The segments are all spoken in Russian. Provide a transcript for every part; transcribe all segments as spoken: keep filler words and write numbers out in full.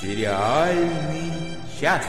Сериальный час.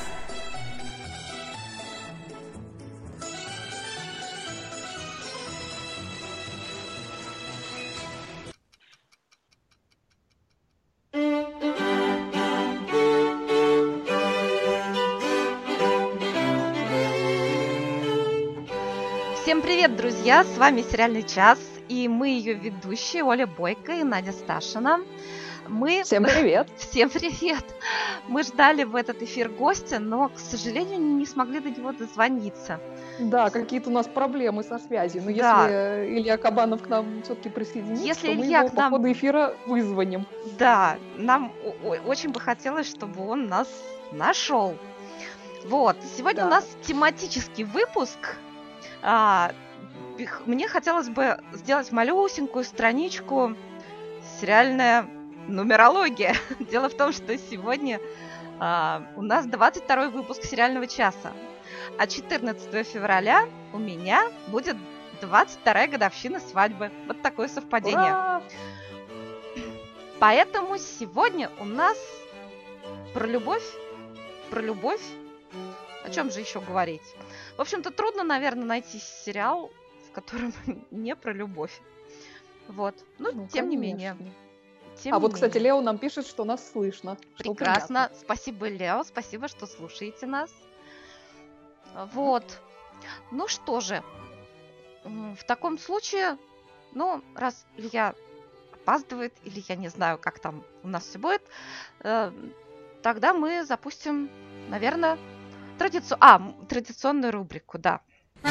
Всем привет, друзья! С вами «Сериальный час», и мы ее ведущие Оля Бойко и Надя Сташина. Мы... Всем привет! Всем привет! Мы ждали в этот эфир гостя, но, к сожалению, не смогли до него дозвониться. Да, какие-то у нас проблемы со связью. Но Да. если Илья Кабанов к нам все-таки присоединится, Если то мы Илья его к по нам- ходу эфира вызвоним. Да, нам о- о- очень бы хотелось, чтобы он нас нашел. Вот, сегодня Да. у нас тематический выпуск. А, бих- мне хотелось бы сделать малюсенькую страничку «Сериальная нумерология». Дело в том, что сегодня а, у нас двадцать второй выпуск «Сериального часа», а четырнадцатого февраля у меня будет двадцать вторая годовщина свадьбы. Вот такое совпадение. Ура! Поэтому сегодня у нас про любовь, про любовь. О чем же еще говорить? В общем-то, трудно, наверное, найти сериал, в котором не про любовь. Вот. Ну, Ну, тем не конечно. менее. Тем А не вот, кстати, менее. Лео нам пишет, что нас слышно. что Прекрасно. приятно. Спасибо, Лео. Спасибо, что слушаете нас. Вот. Ну что же. м, В таком случае, ну, раз Илья опаздывает, или я не знаю, как там у нас все будет, э, тогда мы запустим, наверное, традици... а, м, традиционную рубрику, да.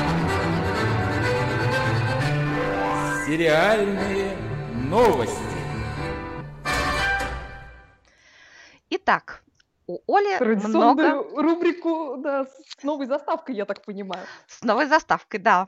Сериальные новости. Итак, у Оли много Традиционную рубрику, да, с новой заставкой, я так понимаю. с новой заставкой, да.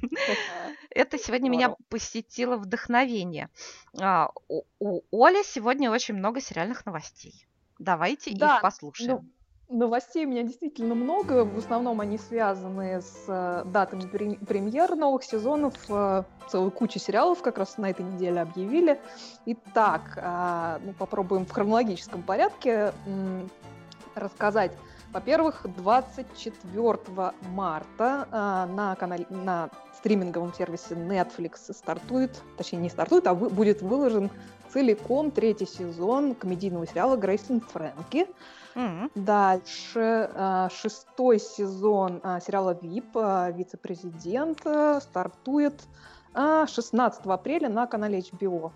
Это сегодня меня Здорово. посетило вдохновение. А, У у Оли сегодня очень много сериальных новостей. Давайте Да, их послушаем. ну, новостей у меня действительно много. В основном они связаны с э, датами прем- премьер новых сезонов. э, Целую кучу сериалов как раз на этой неделе объявили. Итак, а, ну, попробуем в хронологическом порядке м, рассказать. Во-первых, двадцать четвёртого марта а, на канале, на стриминговом сервисе Netflix стартует, точнее не стартует, а вы- будет выложен целиком третий сезон комедийного сериала «Грейс и Фрэнки». М, Дальше а, шестой сезон а, сериала ви ай пи а, «Вице-президент» а, стартует а, шестнадцатого апреля на канале эйч би о.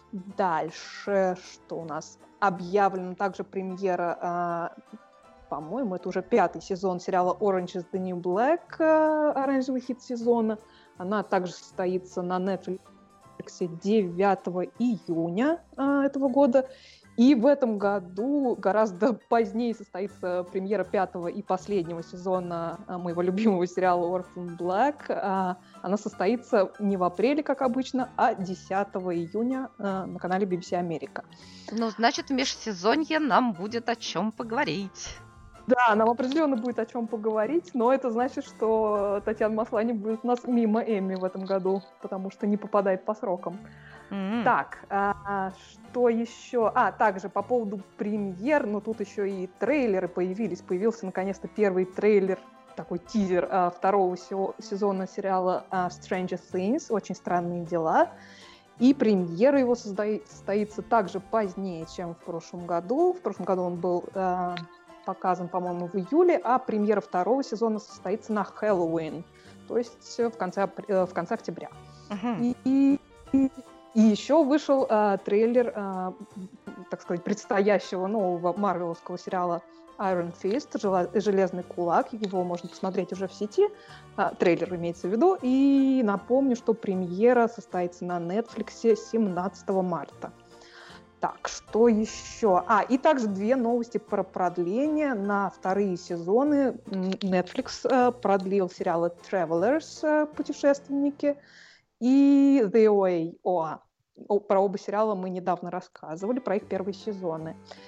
Дальше что у нас? Объявлена также премьера, а, по-моему, это уже пятый сезон сериала «Orange is the New Black», а, оранжевый хит сезона. Она также состоится на Netflix девятого июня а, этого года. И в этом году гораздо позднее состоится премьера пятого и последнего сезона а, моего любимого сериала Orphan Black. А, Она состоится не в апреле, как обычно, а десятого июня а, на канале би би си Америка. Ну, значит, в межсезонье нам будет о чем поговорить. Да, нам определенно будет о чем поговорить, но это значит, что Татьяна Маслани будет у нас мимо Эмми в этом году, потому что не попадает по срокам. М, Так, а, что еще? А, также по поводу премьер, но тут еще и трейлеры появились. Появился наконец-то первый трейлер, такой тизер а, второго се- сезона сериала а, Stranger Things, «Очень странные дела». И премьера его созда- состоится также позднее, чем в прошлом году. В прошлом году он был а, показан, по-моему, в июле, а премьера второго сезона состоится на Хэллоуин, то есть в конце, апр- э, в конце октября. мгм. И, и, и еще вышел а, трейлер, а, так сказать, предстоящего нового марвеловского сериала Iron Fist, «Жела- «Железный кулак». Его можно посмотреть уже в сети. А, трейлер имеется в виду. И напомню, что премьера состоится на Netflix семнадцатого марта. Так, что еще? А, и также две новости про продление на вторые сезоны. М, Netflix э, продлил сериалы Travelers, э, путешественники, и The о эй. О, А. О, про оба сериала мы недавно рассказывали, про их первые сезоны.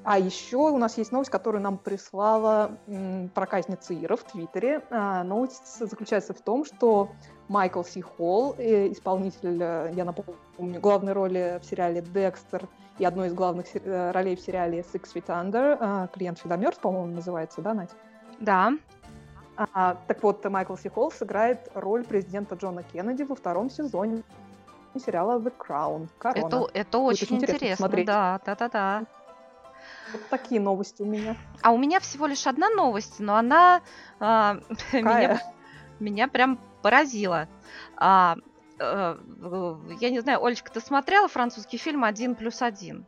А еще у нас есть новость, которую нам прислала м, проказница Ира в Твиттере. А, новость заключается в том, что Майкл Си Холл, э, исполнитель, э, я напомню, главной роли в сериале «Декстер» и одной из главных се- э, ролей в сериале «Six Feet Under», э, «Клиент всегда мертв», по-моему, называется, да, Надь? Да. А, так вот, Майкл Си Холл сыграет роль президента Джона Кеннеди во втором сезоне сериала «The Crown». Корона. Это, это Будет очень интересно. посмотреть. Да, да-да-да. Вот такие новости у меня. А у меня всего лишь одна новость, но она а, меня, Какая? меня прям поразила. А, э, я не знаю, Олечка, ты смотрела французский фильм «Один плюс один»?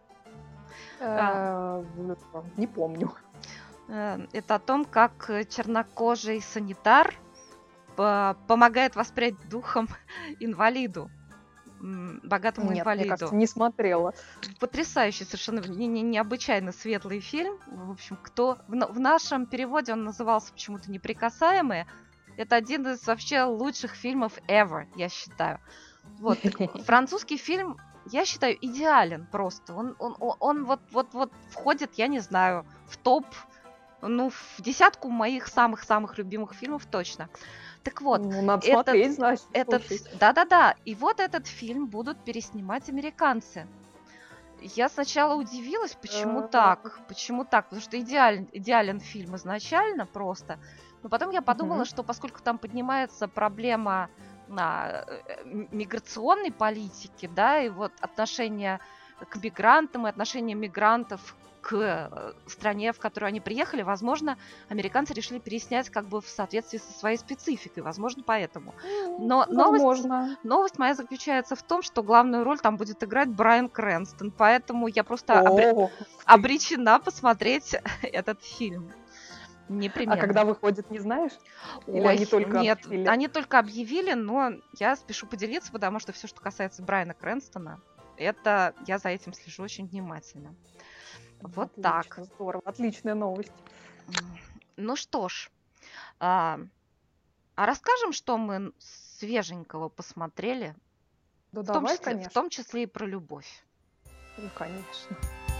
Э, Не помню. Э, Это о том, как чернокожий санитар по- помогает воспрять духом инвалиду, м, богатому Нет, мне инвалиду. кажется, не смотрела. Потрясающий, совершенно не- не- необычайно светлый фильм. В общем, кто в, на- в нашем переводе он назывался почему-то «Неприкасаемые». Это один из вообще лучших фильмов ever, я считаю. Вот. Французский фильм, я считаю, идеален просто. Он, он, он, он вот, вот, вот входит, я не знаю, в топ, ну, в десятку моих самых-самых любимых фильмов точно. Так вот, Ну, надо этот- смотреть, значит. этот, слушай. да-да-да, и вот этот фильм будут переснимать американцы. Я сначала удивилась, почему А. так, почему так, потому что идеален, идеален фильм изначально просто, но потом я подумала, Мгм. что поскольку там поднимается проблема а, э, м- миграционной политики, да, и вот отношение к мигрантам и отношение мигрантов к э, стране, в которую они приехали, возможно, американцы решили переснять как бы в соответствии со своей спецификой, возможно, поэтому. Но новость, Возможно. новость моя заключается в том, что главную роль там будет играть Брайан Крэнстон, поэтому я просто обре- О, обречена посмотреть этот фильм. Непременно. а когда выходит, не знаешь? Или Ой, они только нет, объявили? они только объявили, но я спешу поделиться, потому что все, что касается Брайана Крэнстона, это я за этим слежу очень внимательно. Вот Отлично, так. Здорово, отличная новость. М, Ну что ж, а, а расскажем, что мы свеженького посмотрели, Да в том, давай, числе, в конечно. том числе и про любовь. Ну, конечно.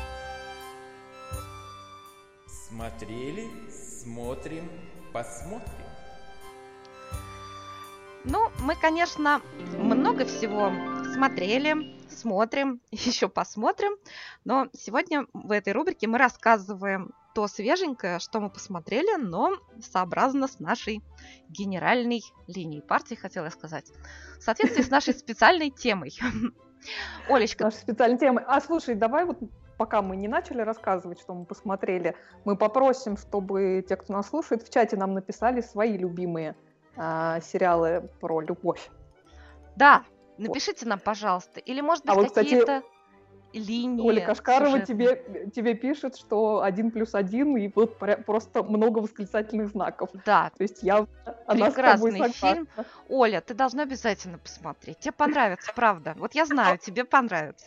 Смотрели, смотрим, посмотрим. Ну, мы, конечно, много всего смотрели, смотрим, еще посмотрим, но сегодня в этой рубрике мы рассказываем то свеженькое, что мы посмотрели, но сообразно с нашей генеральной линией партии, хотела я сказать, в соответствии с нашей специальной темой. Олечка, Наши специальные темы. А слушай, давай вот пока мы не начали рассказывать, что мы посмотрели, мы попросим, чтобы те, кто нас слушает, в чате нам написали свои любимые а, сериалы про любовь. да, напишите нам, пожалуйста, или, может быть, А вот, кстати, какие-то линии Оля Кашкарова сюжетные. тебе, тебе пишет, что один плюс один, и вот пря- просто много восклицательных знаков. Да, То есть я она с тобой прекрасный согласна. фильм. Оля, ты должна обязательно посмотреть. Тебе понравится, правда. Вот я знаю, тебе понравится.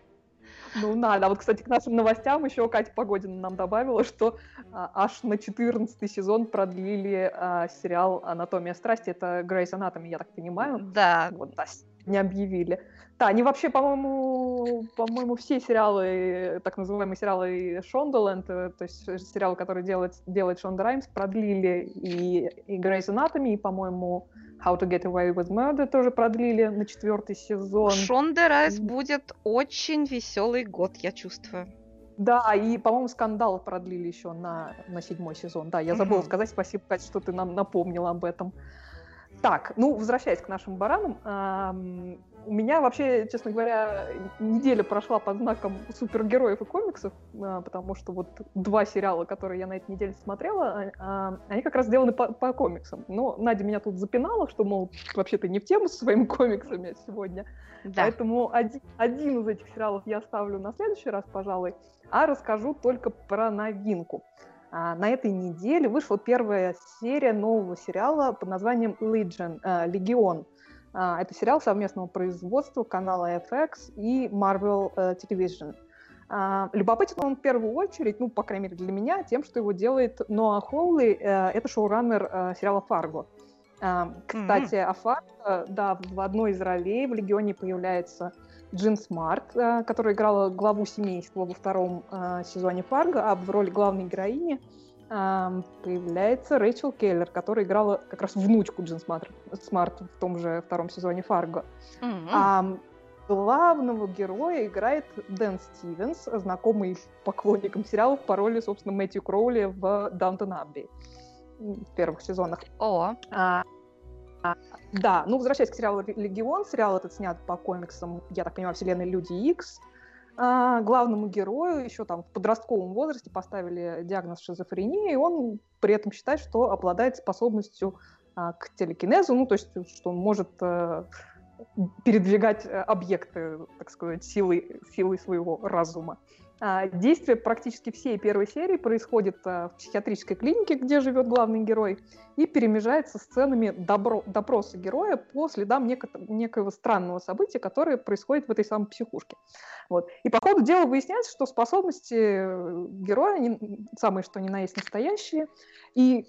Ну, надо. А вот, кстати, к нашим новостям еще Катя Погодина нам добавила, что а, аж на четырнадцатый сезон продлили а, сериал «Анатомия страсти». Это Grey's Anatomy, я так понимаю. Да, Вот, да, не объявили. Да, они вообще, по-моему, по-моему, все сериалы, так называемые сериалы Шондаленд, то есть сериалы, которые делает, делает Шонда Раймс, продлили и, и Grey's Anatomy, и, по-моему, How to Get Away with Murder тоже продлили на четвертый сезон. у Шонды Райс будет очень веселый год, я чувствую. Да, и, по-моему, «Скандал» продлили еще на, на седьмой сезон. Да, я забыла Мгм. сказать, спасибо, Катя, что ты нам напомнила об этом. Так, ну, возвращаясь к нашим баранам, ам, у меня вообще, честно говоря, неделя прошла под знаком супергероев и комиксов, а, потому что вот два сериала, которые я на этой неделе смотрела, а, а, они как раз сделаны по, по комиксам. Но Надя меня тут запинала, что, мол, вообще ты не в тему со своими комиксами сегодня. Да. Поэтому один, один из этих сериалов я оставлю на следующий раз, пожалуй, а расскажу только про новинку. А, на этой неделе вышла первая серия нового сериала под названием Legion, э, «Легион». А, это сериал совместного производства канала эф икс и Marvel э, Television. А, любопытен он в первую очередь, ну, по крайней мере для меня, тем, что его делает Ноа Хоули, э, это шоураннер э, сериала «Фарго». А, кстати, о Фарго, да, в одной из ролей в «Легионе» появляется Джин Смарт, э, которая играла главу семейства во втором э, сезоне Фарго, а в роли главной героини э, появляется Рэйчел Келлер, которая играла как раз внучку Джин Смарт, Смарт в том же втором сезоне Фарго. Мгм. А главного героя играет Дэн Стивенс, знакомый поклонникам сериалов по роли, собственно, Мэтью Кроули в Даунтон Абби в первых сезонах. О, А, а, да, ну, возвращаясь к сериалу «Легион», сериал этот снят по комиксам, я так понимаю, вселенной Люди Икс. А, главному герою еще там в подростковом возрасте поставили диагноз шизофрения, и он при этом считает, что обладает способностью а, к телекинезу, ну, то есть, что он может а, передвигать а, объекты, так сказать, силой, силой своего разума. А, действие практически всей первой серии происходит а, в психиатрической клинике, где живет главный герой, и перемежается сценами добро, допроса героя по следам неко, некоего странного события, которое происходит в этой самой психушке. Вот. И по ходу дела выясняется, что способности героя не, самые что ни на есть настоящие, и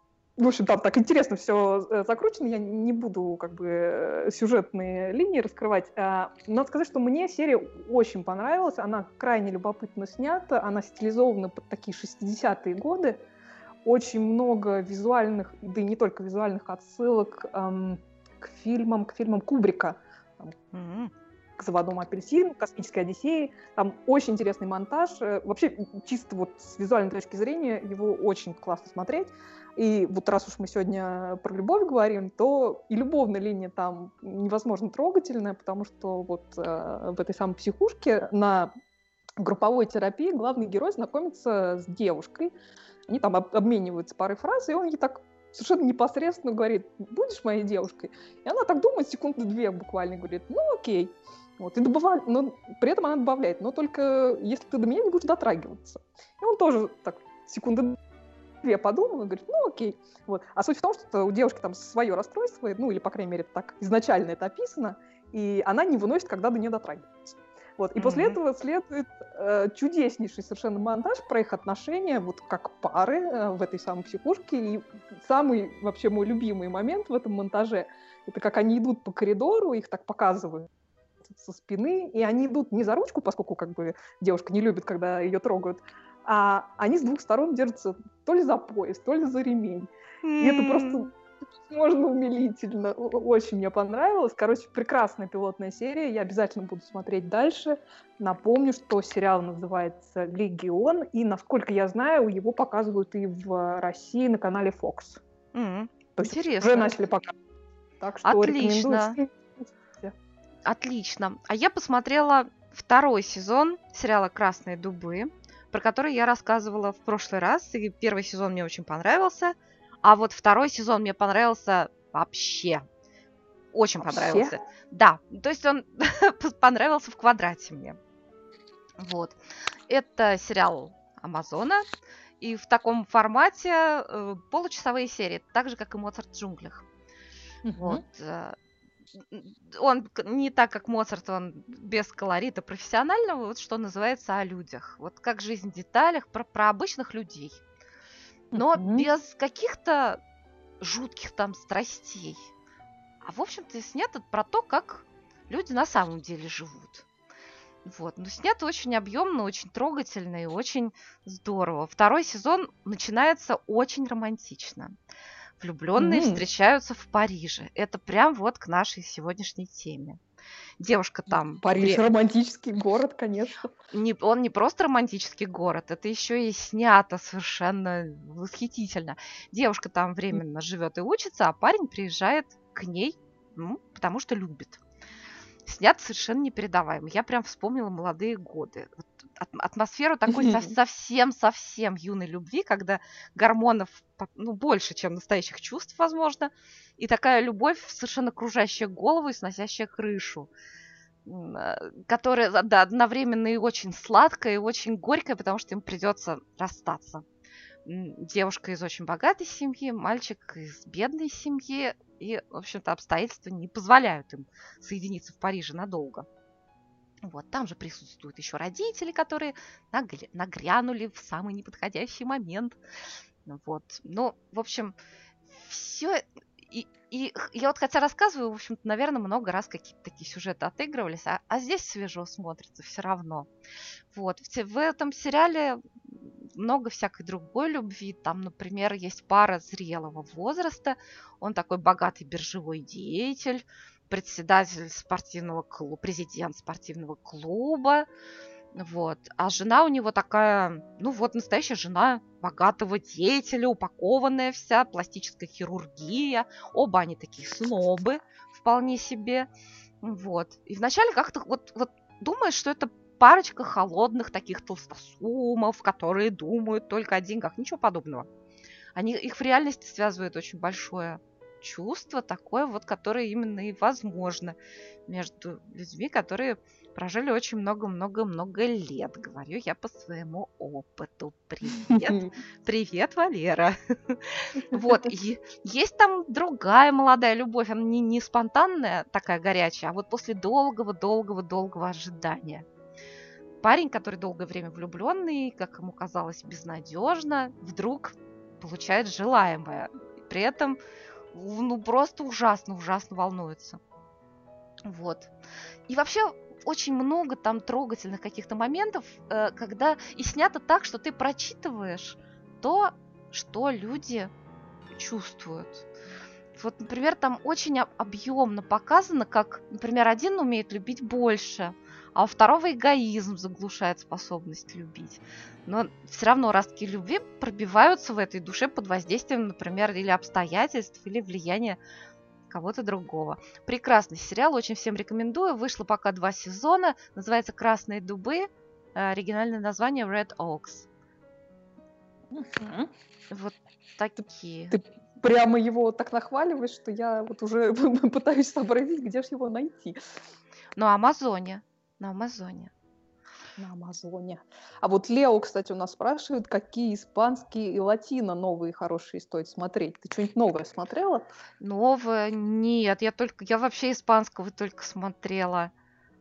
в общем, там так интересно все закручено, я не буду как бы сюжетные линии раскрывать. Надо сказать, что мне серия очень понравилась, она крайне любопытно снята, она стилизована под такие шестидесятые годы, очень много визуальных, да и не только визуальных отсылок эм, к фильмам, к фильмам Кубрика. Там, Мгм. к «Заводному апельсину», к «Космической Одиссее». Там очень интересный монтаж. Э, Вообще, чисто вот с визуальной точки зрения, его очень классно смотреть. И вот раз уж мы сегодня про любовь говорим, то и любовная линия там невозможно трогательная, потому что вот э, в этой самой психушке на групповой терапии главный герой знакомится с девушкой. Они там об- обмениваются парой фраз, и он ей так совершенно непосредственно говорит: будешь моей девушкой? И она так думает секунды две буквально, говорит: ну окей. Вот, и добавляет, но при этом она добавляет: но только если ты до меня не будешь дотрагиваться. И он тоже так секунды две подумал и говорит: ну окей. Вот. А суть в том, что у девушки там свое расстройство, ну или, по крайней мере, так изначально это описано, и она не выносит, когда до нее дотрагиваются. Вот. И после Мгм. этого следует э, чудеснейший совершенно монтаж про их отношения, вот как пары э, в этой самой психушке. И самый вообще мой любимый момент в этом монтаже — это как они идут по коридору, их так показывают со спины, и они идут не за ручку, поскольку как бы девушка не любит, когда ее трогают, а они с двух сторон держатся то ли за пояс, то ли за ремень. И это просто М. можно умилительно. О- Очень мне понравилось. Короче, прекрасная пилотная серия. Я обязательно буду смотреть дальше. Напомню, что сериал называется «Легион», и, насколько я знаю, его показывают и в России на канале Fox. М. То есть уже Интересно. начали показывать. Так что рекомендую Отлично. всем. Отлично. А я посмотрела второй сезон сериала «Красные дубы», про который я рассказывала в прошлый раз. И первый сезон мне очень понравился, а вот второй сезон мне понравился вообще. Очень Вообще? понравился. Да, то есть он понравился в квадрате мне. Вот. Это сериал Амазона. И в таком формате э, получасовые серии, так же, как и «Моцарт в джунглях». Вот. э, н- Он к- не так, как Моцарт, он без колорита профессионального, вот что называется, о людях. Вот как жизнь в деталях, про, про обычных людей. Но Мгм. без каких-то жутких там страстей. А в общем-то снято про то, как люди на самом деле живут. Вот. Но снято очень объемно, очень трогательно и очень здорово. Второй сезон начинается очень романтично. Влюбленные М. встречаются в Париже. Это прям вот к нашей сегодняшней теме. Девушка там... Париж — вре- романтический город, конечно. не- он не просто романтический город, это еще и снято совершенно восхитительно. Девушка там временно живет и учится, а парень приезжает к ней, ну, потому что любит. Снят совершенно непередаваемо. Я прям вспомнила молодые годы. Вот ат- атмосферу такой со- совсем-совсем юной любви, когда гормонов по- ну, больше, чем настоящих чувств, возможно. И такая любовь, совершенно кружащая голову и сносящая крышу. М, э, Которая, да, одновременно и очень сладкая, и очень горькая, потому что им придется расстаться. М, Девушка из очень богатой семьи, мальчик из бедной семьи. И, в общем-то, обстоятельства не позволяют им соединиться в Париже надолго. Вот, там же присутствуют еще родители, которые нагля- нагрянули в самый неподходящий момент. Ну вот. Ну, в общем, все... И И я вот хотя рассказываю, в общем-то, наверное, много раз какие-то такие сюжеты отыгрывались, а, а здесь свежо смотрится все равно. Вот. В, в этом сериале много всякой другой любви. Там, например, есть пара зрелого возраста. Он такой богатый биржевой деятель, председатель спортивного клуба, президент спортивного клуба. Вот. А жена у него такая, ну вот, настоящая жена богатого деятеля, упакованная вся, пластическая хирургия. Оба они такие снобы вполне себе. Вот. И вначале как-то вот, вот думаешь, что это парочка холодных таких толстосумов, которые думают только о деньгах. Ничего подобного. Они, их в реальности связывает очень большое чувство, такое вот, которое именно и возможно между людьми, которые прожили очень много-много-много лет. Говорю я по своему опыту. Привет. Привет, Валера. Вот. И есть там другая молодая любовь. Она не, не спонтанная, такая горячая, а вот после долгого-долгого-долгого ожидания. Парень, который долгое время влюбленный, как ему казалось, безнадежно, вдруг получает желаемое. При этом, ну, просто ужасно-ужасно волнуется. Вот. И вообще очень много там трогательных каких-то моментов, когда и снято так, что ты прочитываешь то, что люди чувствуют. Вот, например, там очень объемно показано, как, например, один умеет любить больше, а у второго эгоизм заглушает способность любить. Но все равно ростки любви пробиваются в этой душе под воздействием, например, или обстоятельств, или влияния кого-то другого. Прекрасный сериал, очень всем рекомендую. Вышло пока два сезона. Называется «Красные дубы». Оригинальное название Red Oaks. Угу. Вот такие. Ты прямо его так нахваливаешь, что я вот уже пытаюсь сообразить, где же его найти. На Амазоне. На Амазоне. На Амазоне. А вот Лео, кстати, у нас спрашивает, какие испанские и латино новые хорошие стоит смотреть. Ты что-нибудь новое смотрела? Новое? Нет, я только, я вообще испанского только смотрела.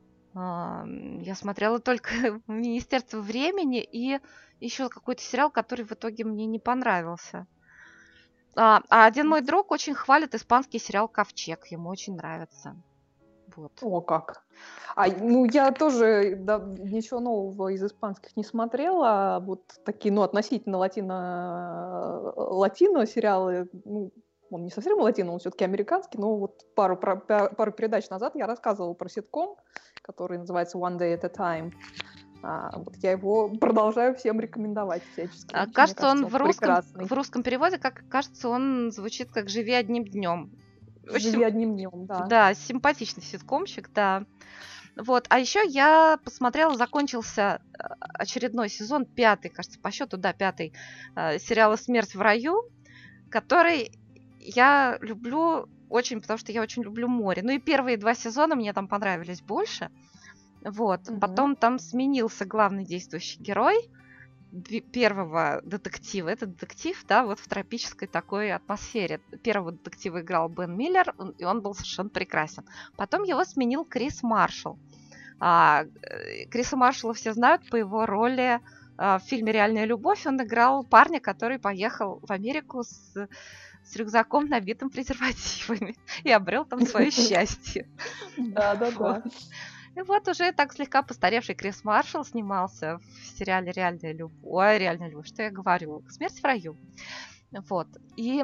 Я смотрела только «Министерство времени» и еще какой-то сериал, который в итоге мне не понравился. А, а один мой друг очень хвалит испанский сериал «Ковчег». Ему очень нравится. Вот. О, как. А, ну, я тоже да, ничего нового из испанских не смотрела. Вот такие, ну, относительно латино, латино сериалы, ну, он не совсем латино, он все-таки американский, но вот пару, пару передач назад я рассказывала про ситком, который называется One Day at a Time. А, вот я его продолжаю всем рекомендовать всячески. А, кажется, кажется, он, он в, русском, в русском переводе, как кажется, он звучит как «Живи одним днем». «Живи одним днем», да. Да, симпатичный ситкомчик, да. Вот, а еще я посмотрела, закончился очередной сезон, пятый, кажется, по счету, да, пятый, э, сериала «Смерть в раю», который я люблю очень, потому что я очень люблю море. Ну и первые два сезона мне там понравились больше. Вот, mm-hmm. Потом там сменился главный действующий герой первого детектива. Это детектив, да, вот в тропической такой атмосфере. Первого детектива играл Бен Миллер, и он был совершенно прекрасен. Потом его сменил Крис Маршалл. А, Криса Маршалла все знают по его роли а, в фильме «Реальная любовь». Он играл парня, который поехал в Америку с, с рюкзаком, набитым презервативами, и обрел там свое счастье. Да-да-да. И вот уже так слегка постаревший Крис Маршалл снимался в сериале «Реальная любовь». Ой, «Реальная любовь», что я говорю? «Смерть в раю». Вот. И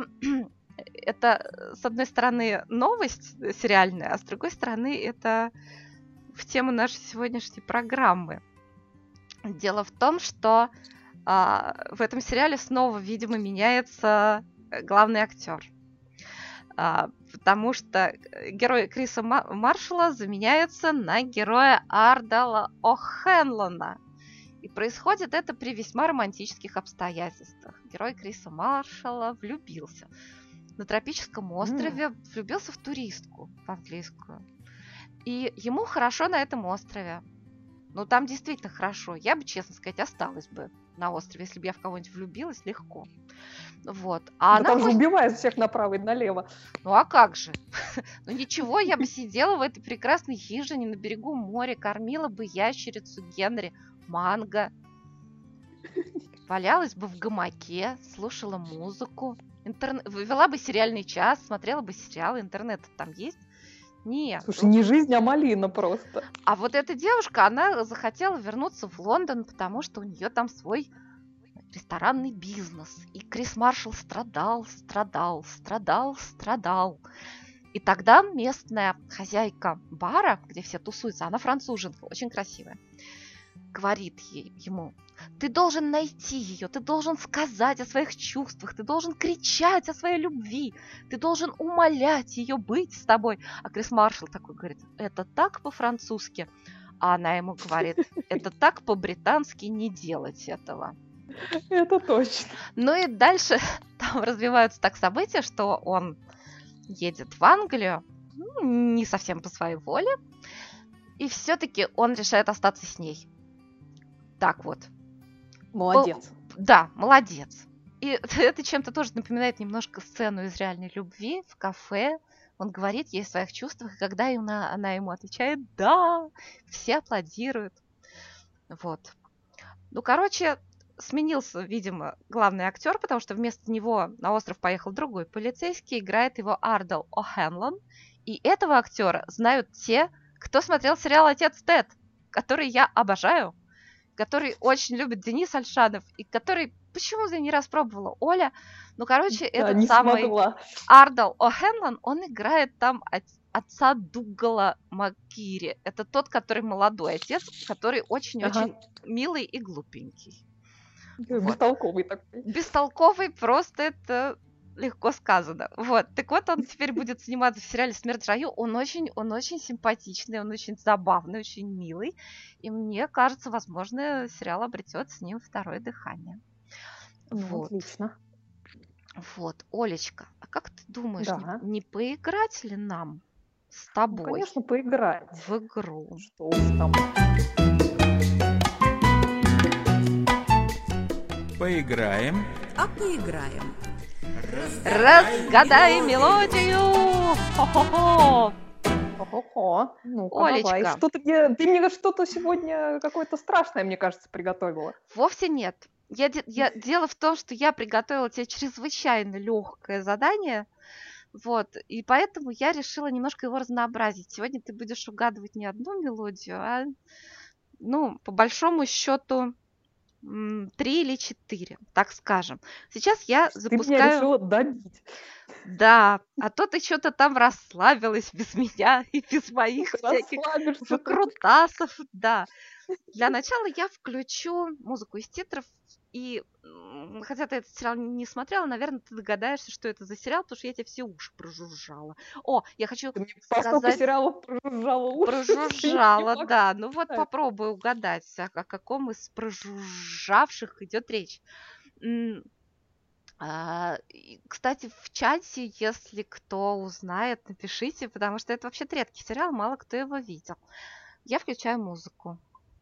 это, с одной стороны, новость сериальная, а с другой стороны, это в тему нашей сегодняшней программы. Дело в том, что а, в этом сериале снова, видимо, меняется главный актер. А, потому что герой Криса Маршалла заменяется на героя Ардала О'Хенлона. И происходит это при весьма романтических обстоятельствах. Герой Криса Маршалла влюбился на тропическом острове, mm. влюбился в туристку, в английскую. И ему хорошо на этом острове. Ну, там действительно хорошо. Я бы, честно сказать, осталась бы на острове, если бы я в кого-нибудь влюбилась, легко. Вот. А да она там же убивают всех направо и налево. Ну, а как же? Ну, ничего, я бы сидела в этой прекрасной хижине на берегу моря, кормила бы ящерицу Генри манго, валялась бы в гамаке, слушала музыку, интерн... вела бы сериальный час, смотрела бы сериалы, интернет там есть. Нет. Слушай, не жизнь, а малина просто. А вот эта девушка, она захотела вернуться в Лондон, потому что у нее там свой ресторанный бизнес. И Крис Маршалл страдал, страдал, страдал, страдал. И тогда местная хозяйка бара, где все тусуются, она француженка, очень красивая, говорит ей, ему: ты должен найти ее, ты должен сказать о своих чувствах, ты должен кричать о своей любви, ты должен умолять ее быть с тобой. А Крис Маршалл такой говорит: это так по-французски. А она ему говорит: это так по-британски, не делать этого. Это точно. Ну и дальше там развиваются так события, что он едет в Англию, ну, не совсем по своей воле, и все-таки он решает остаться с ней. Так вот. Молодец. Да, молодец. И это чем-то тоже напоминает немножко сцену из реальной любви в кафе. Он говорит ей о своих чувствах, и когда она, она ему отвечает «да», все аплодируют. Вот. Ну, короче, сменился, видимо, главный актер, потому что вместо него на остров поехал другой полицейский, играет его Ардал О'Хенлон. И этого актера знают те, кто смотрел сериал «Отец Тед», который я обожаю, который очень любит Денис Альшанов, и который почему-то не раз пробовала Оля. Ну, короче, Да, этот не самый смогла. Ардал О'Хенлон, он играет там от- отца Дугала МакГири. Это тот, который молодой отец, который очень-очень Ага. милый и глупенький. Бестолковый такой. Бестолковый, просто это легко сказано. Вот. Так вот, он теперь будет сниматься в сериале «Смерть в раю». Он очень, он очень симпатичный, он очень забавный, очень милый. И мне кажется, возможно, сериал обретет с ним второе дыхание. Ну, Вот. отлично. Вот. Олечка, а как ты думаешь, Да. не, не поиграть ли нам с Ну, тобой конечно, поиграть. в игру? Что уж там. Поиграем. А поиграем. Разгадай мелодию! Хо-хо-хо! Хо-хо-хо. Ну-ка, Олечка. давай. Что-то мне... Ты мне что-то сегодня какое-то страшное, мне кажется, приготовила. Вовсе нет. Я, де- я, дело в том, что я приготовила тебе чрезвычайно легкое задание, вот, и поэтому я решила немножко его разнообразить. Сегодня ты будешь угадывать не одну мелодию, а, ну, по большому счету, м, три или четыре, так скажем. Сейчас я Ты меня запускаю... решила добить. Да, а то ты что-то там расслабилась без меня и без моих Ты всяких расслабишься. выкрутасов, да. Для начала я включу музыку из титров, и м, хотя ты этот сериал не смотрела, наверное, ты догадаешься, что это за сериал, потому что я тебе все уши прожужжала. О, я хочу Ты мне по столько сказать... сериалов прожужжала уши. Прожужжала, Я не да. Ну вот могу. попробуй угадать, о о каком из прожужжавших идет речь. М, а, и, Кстати, в чате, если кто узнает, напишите, потому что это вообще редкий сериал, мало кто его видел. Я включаю музыку.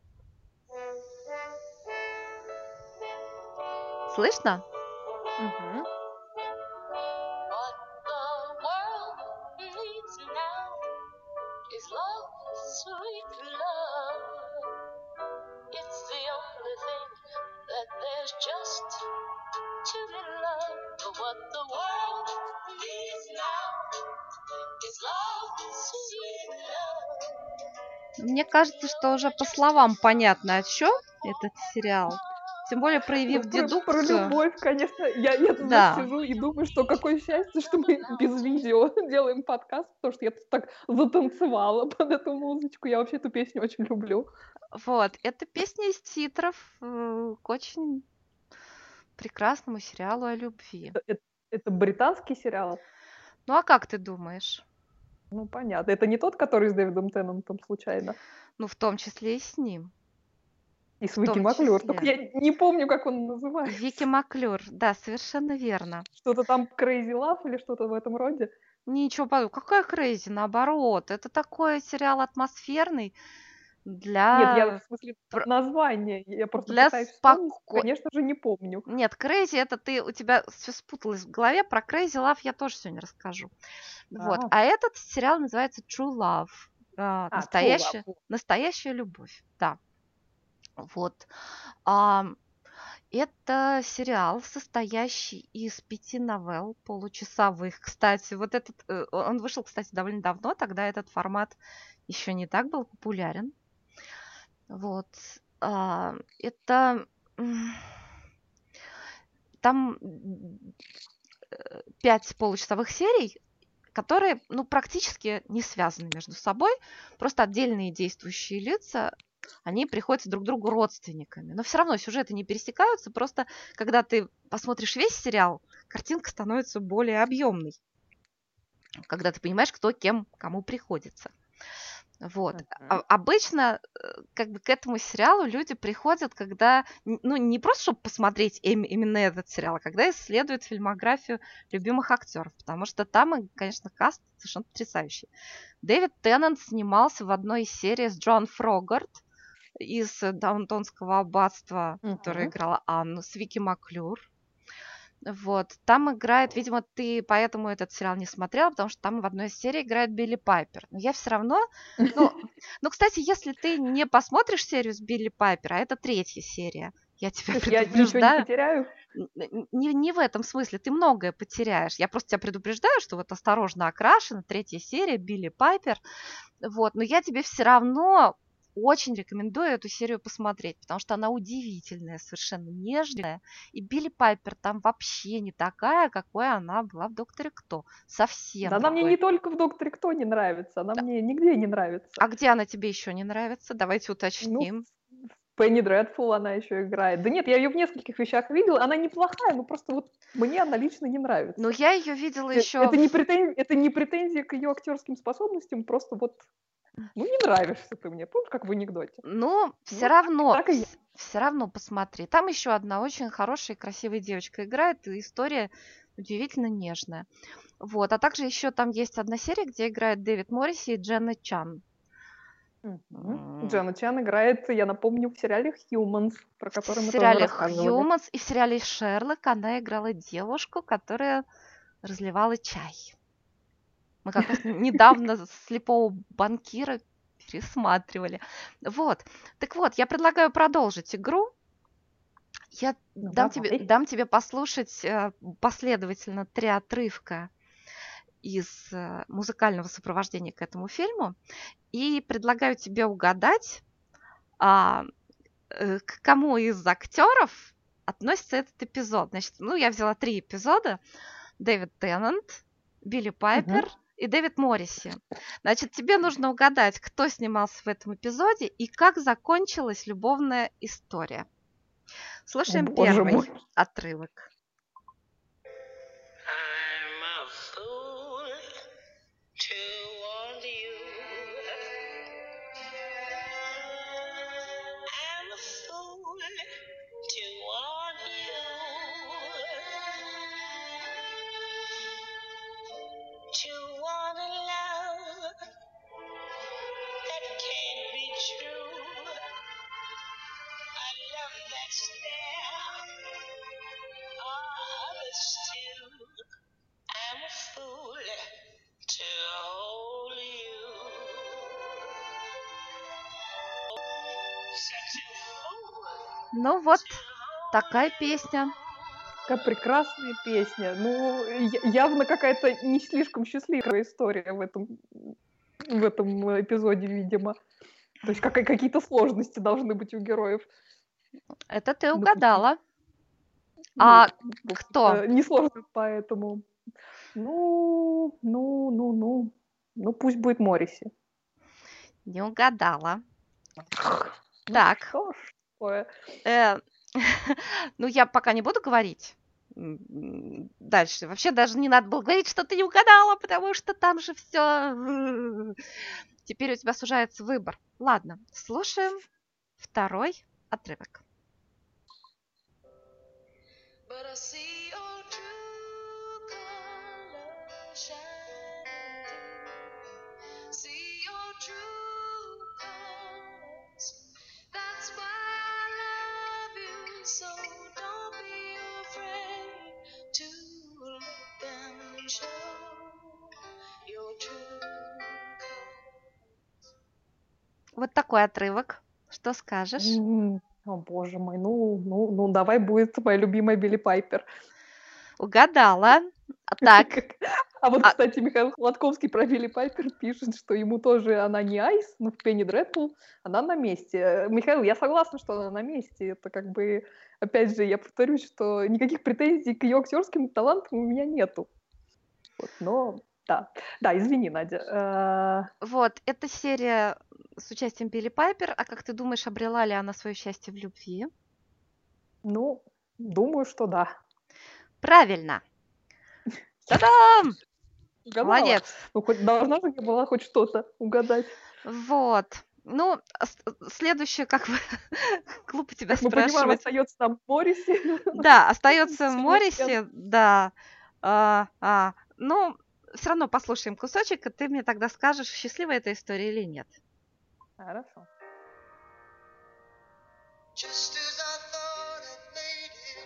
Слышно? Мгм. What the world needs now is love, sweet love. It's the only thing that there's just too little of. But what the world needs now is love, sweet love. Мне кажется, что уже по словам понятно, о чем этот сериал. Тем более, проявив Ну, про, про дедукцию. любовь, конечно. Я, я тут Да. сижу и думаю, что какое счастье, что мы без видео делаем подкаст, потому что я тут так затанцевала под эту музычку. Я вообще эту песню очень люблю. Вот, это песня из титров э, к очень прекрасному сериалу о любви. Это, это британский сериал? Ну а как ты думаешь? Ну, понятно. Это не тот, который с Дэвидом Теннантом случайно? Ну, в том числе и с ним. И с В Вики том Маклюр. числе. Только я не помню, как он называется. Вики Маклюр, да, совершенно верно. Что-то там Crazy Love или что-то в этом роде. Ничего подобного. Какая Крейзи, наоборот. Это такой сериал атмосферный для... Нет, я в смысле про- название. Я просто для пытаюсь вспомнить. споко- Конечно же, не помню. Нет, Крейзи, это ты, у тебя все спуталось в голове. Про Крейзи Love я тоже сегодня расскажу. Вот. А. А этот сериал называется True Love. А, А, настоящая, True Love. настоящая любовь, да. Вот. А, Это сериал, состоящий из пяти новелл, получасовых. Кстати, вот этот, э, он вышел, кстати, довольно давно, тогда этот формат еще не так был популярен. Вот. А, Это м, там м, э, пять получасовых серий, которые, ну, практически не связаны между собой, просто отдельные действующие лица, они приходятся друг другу родственниками. Но все равно сюжеты не пересекаются, просто когда ты посмотришь весь сериал, картинка становится более объемной, когда ты понимаешь, кто кем кому приходится. Вот. А- Мгм. обычно э, как бы к этому сериалу люди приходят, когда, н- ну, не просто чтобы посмотреть им- именно этот сериал, а когда исследуют фильмографию любимых актеров, потому что там, и, конечно, каст совершенно потрясающий. Дэвид Теннант снимался в одной из серий с Джон Фрогарт из э, Даунтонского аббатства, которая Мгм. играла Анну, с Вики Маклюр. Вот. Там играет, видимо, ты поэтому этот сериал не смотрела, потому что там в одной из серий играет Билли Пайпер. Но я все равно... Ну, ну, кстати, если ты не посмотришь серию с Билли Пайпер, а это третья серия, я тебя То есть я ничего не предупреждаю, потеряю? н- н- не, не в этом смысле, ты многое потеряешь. Я просто тебя предупреждаю, что вот «Осторожно, окрашена», третья серия, Билли Пайпер. Вот, но я тебе все равно очень рекомендую эту серию посмотреть, потому что она удивительная, совершенно нежная. И Билли Пайпер там вообще не такая, какой она была в «Докторе Кто». Совсем Да она мне не другой. только в «Докторе Кто» не нравится, она мне нигде не нравится. А где она тебе еще не нравится? Давайте Ну, уточним. в Пенни Дредфул она еще играет. Да нет, я ее в нескольких вещах видела, она неплохая, но просто вот мне она лично не Но нравится. я ее видела Э, еще Это не, в... претен... это не претензия к ее актерским способностям, просто вот, ну, не нравишься ты мне, помнишь, как в анекдоте? Ну, Ну, все вот так, равно, так и я. все равно посмотри. Там еще одна очень хорошая и красивая девочка играет, и история удивительно нежная. Вот, а также еще там есть одна серия, где играет Дэвид Морриси и Дженна Чан. Мгм. М, Джена Чан играет, я напомню, в сериале «Humans», про В который мы тоже сериале рассказывали. «Хьюманс» и в сериале «Шерлок» она играла девушку, которая разливала чай. Мы как раз недавно «Слепого банкира» пересматривали. Вот. Так вот, я предлагаю продолжить игру. Я Ну, дам тебе, давай. дам тебе послушать э, последовательно три отрывка из э, музыкального сопровождения к этому фильму и предлагаю тебе угадать, а, э, к кому из актеров относится этот эпизод. Значит, ну, я взяла три эпизода. Дэвид Теннант, Билли Пайпер Мгм. и Дэвид Морриси. Значит, тебе нужно угадать, кто снимался в этом эпизоде и как закончилась любовная история. О, Слушаем боже первый мой. отрывок. I'm a fool to want you. I'm a fool to want you. To want a love that can't be true. A love that's there. Others too. I'm a fool to hold you. Such a fool Ну вот, to hold такая you. песня. Какая прекрасная песня. Ну, я- явно какая-то не слишком счастливая история в этом, в этом эпизоде, видимо. То есть какая- какие-то сложности должны быть у героев. Это ты На пути. угадала. Ну, А в кто? общем-то, несложно поэтому. Ну, ну, ну, ну. Ну, пусть будет Морриси. Не угадала. Ну, Так, что ж такое? э, ну я пока не буду говорить м, дальше. Вообще даже не надо было говорить, что ты не угадала, потому что там же все. Теперь у тебя сужается выбор. Ладно, слушаем второй отрывок. But I see your true colors shining through. See your true colors. That's why I love you. So don't be afraid to let them show your true colors. Вот такой отрывок. Что скажешь? М, О, боже мой, ну, ну, ну, давай будет моя любимая Билли Пайпер. Угадала. А так, А вот, а, кстати, Михаил Хладковский про Билли Пайпер пишет, что ему тоже она не Айс, но в Пенни Дредфул она на месте. Э, Михаил, я согласна, что она на месте. Это как бы, опять же, я повторюсь, что никаких претензий к ее актерским талантам у меня нету. Вот, но да, да, извини, Надя. Э, вот, эта серия с участием Билли Пайпер. А как ты думаешь, обрела ли она свое счастье в любви? Ну, думаю, что да. Правильно. Та-дам! Угадала. Молодец. Ну, хоть должна же я была хоть что-то угадать. Вот. Ну, а с- следующее, как бы, глупо тебя Как мы понимаем, спрашивать. остается там Морриси. Да, остается Всё Морриси, да. А, а, ну, все равно послушаем кусочек, и ты мне тогда скажешь, счастливая эта история или нет. Хорошо. Just as I thought I'd made it,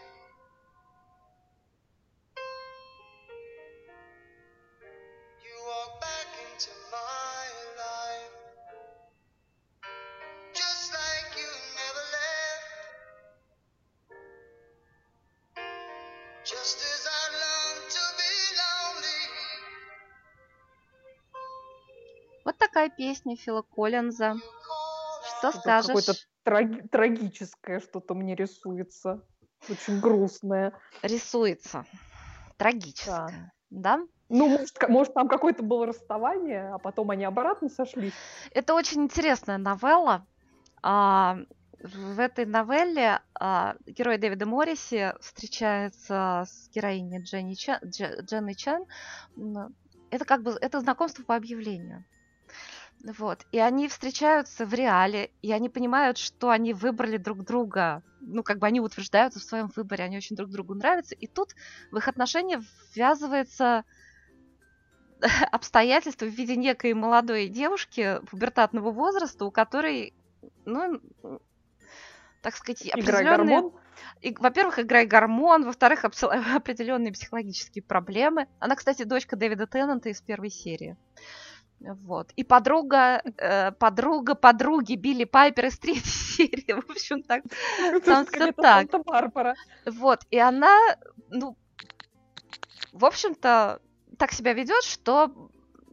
you walk back into my life, just like you never left. Just as I long to be lonely, Вот такая песня Фила Коллинза. you call Что out. Тут какое-то скажешь? траги- трагическое что-то мне рисуется. Очень грустное. Рисуется. Да. Трагическое. Да? Ну, может, ка- может, там какое-то было расставание, а потом они обратно сошлись. Это очень интересная новелла. А, в этой новелле а, герой Дэвида Морриси встречается с героиней Дженни Чен, Дже- Дженни Чен. М, Это как бы это знакомство по объявлению. Вот. И они встречаются в реале, и они понимают, что они выбрали друг друга. Ну, как бы они утверждаются в своем выборе, они очень друг другу нравятся. И тут в их отношения ввязывается обстоятельства в виде некой молодой девушки пубертатного возраста, у которой, ну, м, так сказать, Играй определенные... гормон. И, во-первых, играй гормон, во-вторых, абсо- определенные психологические проблемы. Она, кстати, дочка Дэвида Теннанта из первой серии. Вот. И подруга, э, подруга подруги Билли Пайпер из третьей серии. В общем, так, Это там же все какая-то так. Санта-Барбара. Вот. И она, ну, в общем-то, так себя ведет, что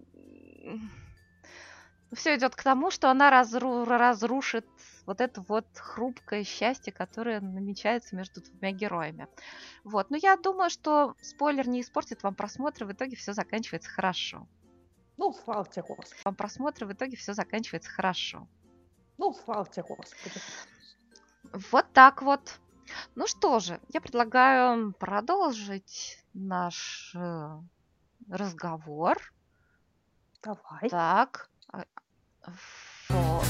все идет к тому, что она разру- разрушит вот это вот хрупкое счастье, которое намечается между двумя героями. Вот. Но я думаю, что спойлер не испортит вам просмотр, в итоге все заканчивается хорошо. Ну, слава тебе, Господи. Вам просмотр, в итоге все заканчивается хорошо. Ну, слава тебе, Господи. Вот так вот. Ну что же, я предлагаю продолжить наш э, разговор. Давай. Так. а, Вот.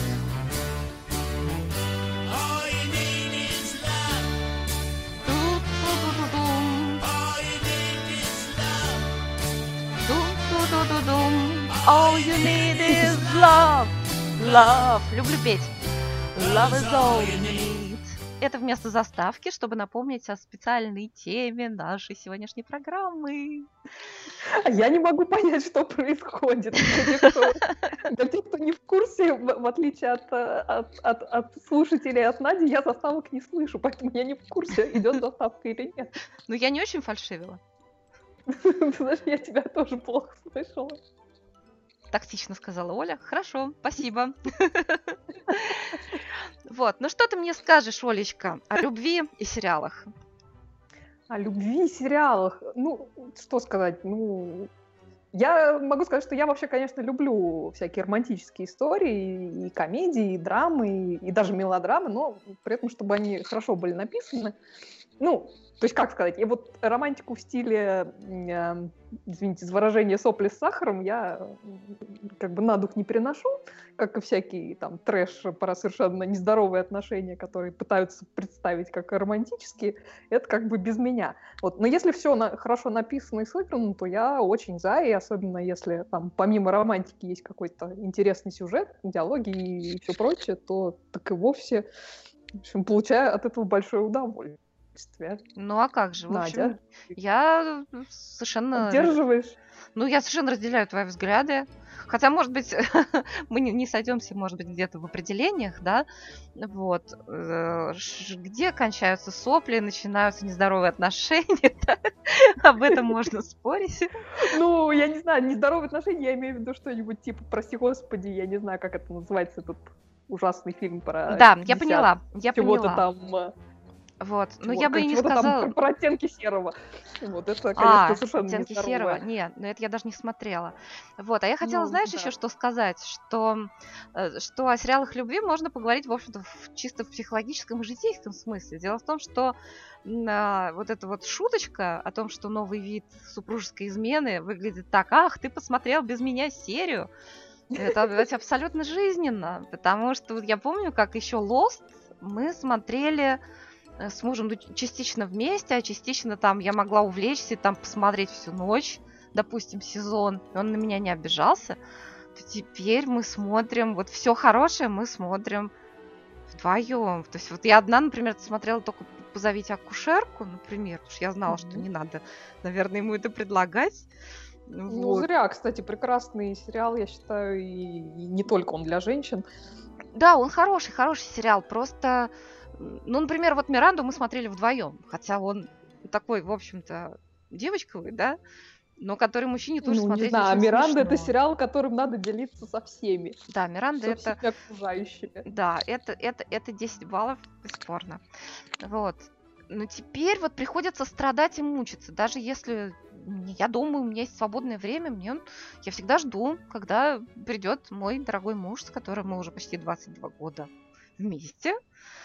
All you need is love. Ту-ту-ду-ду-дум. All you need is love. Дум-ту-ду-ду-дум. All you need is love. Love. Люблю петь. Love is all you need. Это вместо заставки, чтобы напомнить о специальной теме нашей сегодняшней программы. А я не могу понять, что происходит. Для тех, кто, для тех, кто не в курсе, в, в отличие от, э, от, от, от слушателей, от Нади, я заставок не слышу, поэтому я не в курсе, идет заставка или нет. Ну, я не очень фальшивила. Ты знаешь, я тебя тоже плохо слышала. Тактично сказала Оля. Хорошо, спасибо. Вот, ну что ты мне скажешь, Олечка, о любви и сериалах? О любви и сериалах. Ну, что сказать, ну... Я могу сказать, что я вообще, конечно, люблю всякие романтические истории, и комедии, и драмы, и даже мелодрамы, но при этом, чтобы они хорошо были написаны. Ну, то есть, как сказать, я вот романтику в стиле, э, извините за выражение, сопли с сахаром я э, как бы на дух не переношу, как и всякие там трэш про совершенно нездоровые отношения, которые пытаются представить как романтические, это как бы без меня. Вот. Но если все на, хорошо написано и сыграно, то я очень за, и особенно если там помимо романтики есть какой-то интересный сюжет, диалоги и все прочее, то так и вовсе, в общем, получаю от этого большое удовольствие. Ну а как же? В общем, Надя, я совершенно... поддерживаешь? Ну, я совершенно разделяю твои взгляды. Хотя, может быть, мы не, не сойдемся, может быть, где-то в определениях, да, вот, э, ш- где кончаются сопли, начинаются нездоровые отношения, да? Об этом можно спорить. Ну, я не знаю, нездоровые отношения, я имею в виду что-нибудь типа, прости господи, я не знаю, как это называется, этот ужасный фильм про Да, я пятьдесят поняла, я чего-то поняла. там, э, Вот, но чего- я бы и не чего-то там сказала... про, про оттенки серого. Вот это, конечно, А, совершенно оттенки серого. нездоровое. Нет, но это я даже не смотрела. Вот, а я хотела, Ну, знаешь, да. еще что сказать, что, э, что о сериалах любви можно поговорить, в общем-то, в чисто в психологическом и житейском смысле. Дело в том, что м, а, вот эта вот шуточка о том, что новый вид супружеской измены выглядит так: ах, ты посмотрел без меня серию. Это ведь абсолютно жизненно, потому что вот я помню, как еще Lost мы смотрели э, с мужем, ну, частично вместе, а частично там я могла увлечься и там посмотреть всю ночь, допустим, сезон, и он на меня не обижался. То теперь мы смотрим, вот все хорошее мы смотрим вдвоем. То есть вот я одна, например, смотрела только «Позовите акушерку», например, потому что я знала, что Мгм. не надо, наверное, ему это предлагать. Ну, Вот. зря, кстати, прекрасный сериал, я считаю, и, и не только он для женщин. Да, он хороший, хороший сериал. Просто, м, ну, например, вот «Миранду» мы смотрели вдвоем, хотя он такой, в общем-то, девочковый, да, но который мужчине тоже Ну, не смотреть знаю, очень «Миранда» — это смешно. сериал, которым надо делиться со всеми, Да, «Миранда» со это, всеми окружающими. да, это, это, это десять баллов, бесспорно. Вот. Но теперь вот приходится страдать и мучиться, даже если м, я дома, у меня есть свободное время, мне, я всегда жду, когда придет мой дорогой муж, с которым мы уже почти двадцать два года вместе,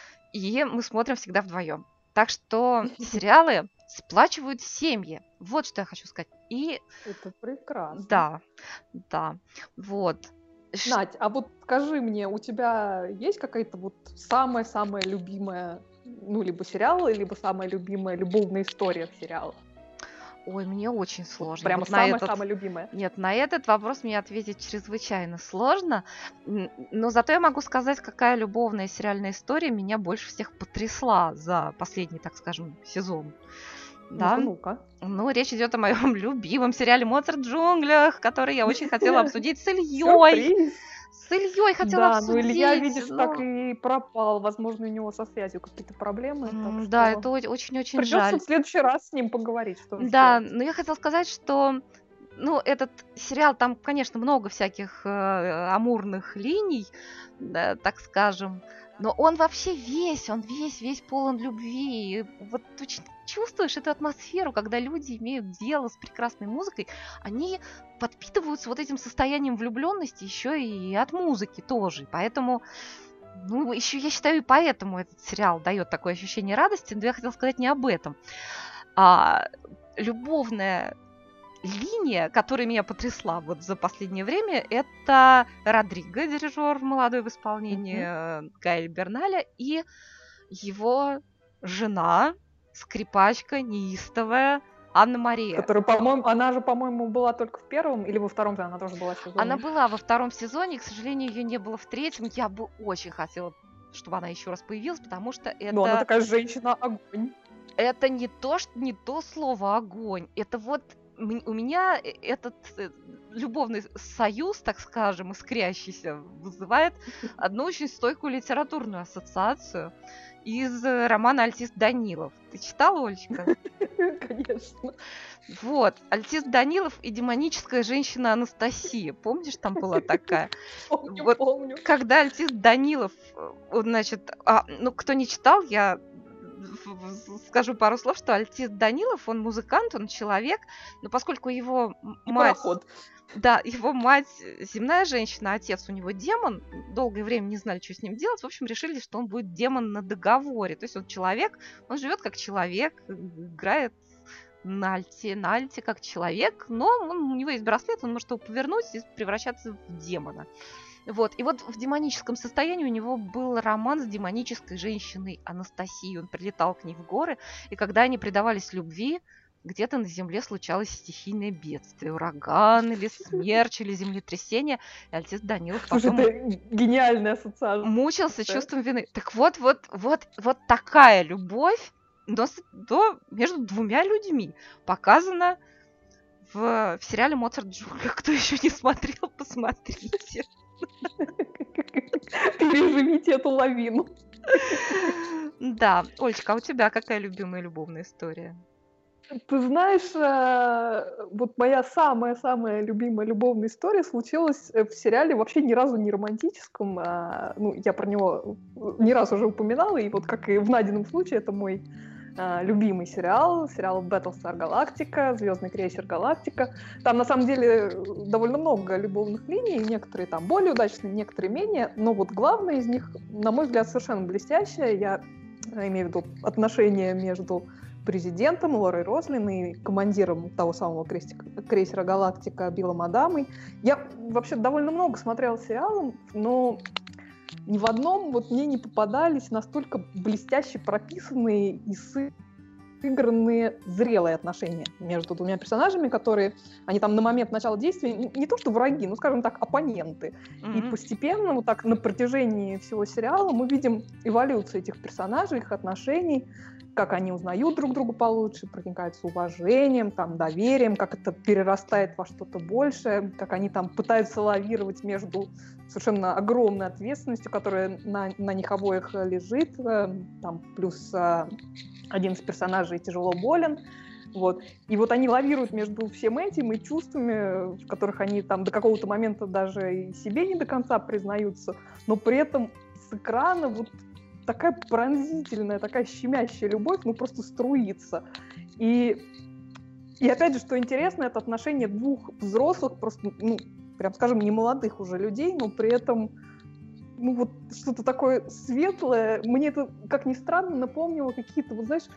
и мы смотрим всегда вдвоем. Так что сериалы сплачивают семьи. Вот что я хочу сказать. И Это прекрасно. да, да, вот. Ш- Надь, а вот скажи мне, у тебя есть какая-то вот самая-самая любимая, ну, либо сериал, либо самая любимая любовная история в сериалах? Ой, мне очень Вот сложно. прямо Вот на этот... самая-самая любимая. Нет, на этот вопрос мне ответить чрезвычайно сложно. М, Но зато я могу сказать, какая любовная сериальная история меня больше всех потрясла за последний, так скажем, сезон. Да? Ну-ка, ну-ка. Ну, речь идет о моем любимом сериале «Моцарт в джунглях», который я очень хотела обсудить с Ильей. Сюрприз! С Ильей хотела Да, обсудить. ну Илья, видишь, но- так и пропал. Возможно, у него со связью какие-то проблемы. М, так Да, что это о- очень-очень придется жаль. в следующий раз с ним поговорить, что же Да, делать. но я хотела сказать, что, ну, этот сериал, там, конечно, много всяких э, амурных линий, да, так скажем, но он вообще весь, он весь, весь полон любви. И вот очень чувствуешь эту атмосферу, когда люди имеют дело с прекрасной музыкой, они подпитываются вот этим состоянием влюбленности еще и от музыки тоже. Поэтому, ну, еще я считаю, и поэтому этот сериал дает такое ощущение радости, но я хотела сказать не об этом. А любовная линия, которая меня потрясла вот за последнее время, это Родриго, дирижер молодой в исполнении э, Гаэль Берналя, и его жена, скрипачка неистовая Анна Мария. Которая, по-моему, она же, по-моему, была только в первом или во втором, она тоже была сезоне. Она была во втором сезоне, и, к сожалению, ее не было в третьем. Я бы очень хотела, чтобы она еще раз появилась, потому что это... Ну, она такая женщина-огонь. Это не то, что не то слово огонь. Это вот м- у меня э- этот э, любовный союз, так скажем, искрящийся, вызывает одну очень стойкую литературную ассоциацию из э, романа «Альтист Данилов». Ты читала, Олечка? Конечно. Вот, Альтист Данилов и демоническая женщина Анастасия. Помнишь, там была такая? Помню, Вот помню. Когда Альтист Данилов, э, он, значит, а, ну, кто не читал, я в- в- скажу пару слов, что Альтист Данилов, он музыкант, он человек, но поскольку его м- И мать, пароход. да, его мать земная женщина, а отец у него демон, долгое время не знали, что с ним делать, в общем, решили, что он будет демон на договоре, то есть он человек, он живет как человек, э, играет на альте, на альте как человек, но он- у него есть браслет, он может его повернуть и превращаться в демона. Вот. И вот в демоническом состоянии у него был роман с демонической женщиной Анастасией. Он прилетал к ней в горы, и когда они предавались любви, где-то на земле случалось стихийное бедствие. Ураган, или смерч, или землетрясение. И Альтист Данилов Слушай, потом это гениальная ассоциация. мучился чувством вины. Так вот, вот, вот, вот такая любовь но, с- но между двумя людьми показано в, в сериале «Моцарт в джунглях». Кто еще не смотрел, посмотрите. Переживите эту лавину. Да. Олечка, а у тебя какая любимая любовная история? Ты знаешь, э, вот моя самая-самая любимая любовная история случилась э, в сериале вообще ни разу не романтическом. а, Ну, я про него не раз уже упоминала, и вот как и в Надином случае, это мой а, любимый сериал, сериал Battlestar Galactica, Звездный крейсер Галактика. Там на самом деле довольно много любовных линий, некоторые там более удачные, некоторые менее, но вот главная из них, на мой взгляд, совершенно блестящая. Я э, имею в виду отношения между президентом Лорой Рослин и командиром того самого крейсера, крейсера «Галактика» Биллом Адамой. Я вообще довольно много смотрела сериалов, но ни в одном вот мне не попадались настолько блестяще прописанные и сыгранные зрелые отношения между двумя персонажами, которые, они там на момент начала действия не, не то что враги, но, скажем так, оппоненты. Mm-hmm. И постепенно, вот так на протяжении всего сериала мы видим эволюцию этих персонажей, их отношений, как они узнают друг друга получше, проникаются уважением, там, доверием, как это перерастает во что-то большее, как они там пытаются лавировать между совершенно огромной ответственностью, которая на, на них обоих лежит, там, плюс один из персонажей тяжело болен, вот. И вот они лавируют между всем этим и чувствами, в которых они там до какого-то момента даже и себе не до конца признаются, но при этом с экрана вот такая пронзительная, такая щемящая любовь, ну, просто струится. И, и опять же, что интересно, это отношение двух взрослых, просто, ну, прям скажем, не молодых уже людей, но при этом, ну, вот что-то такое светлое. Мне это, как ни странно, напомнило какие-то, вот, знаешь,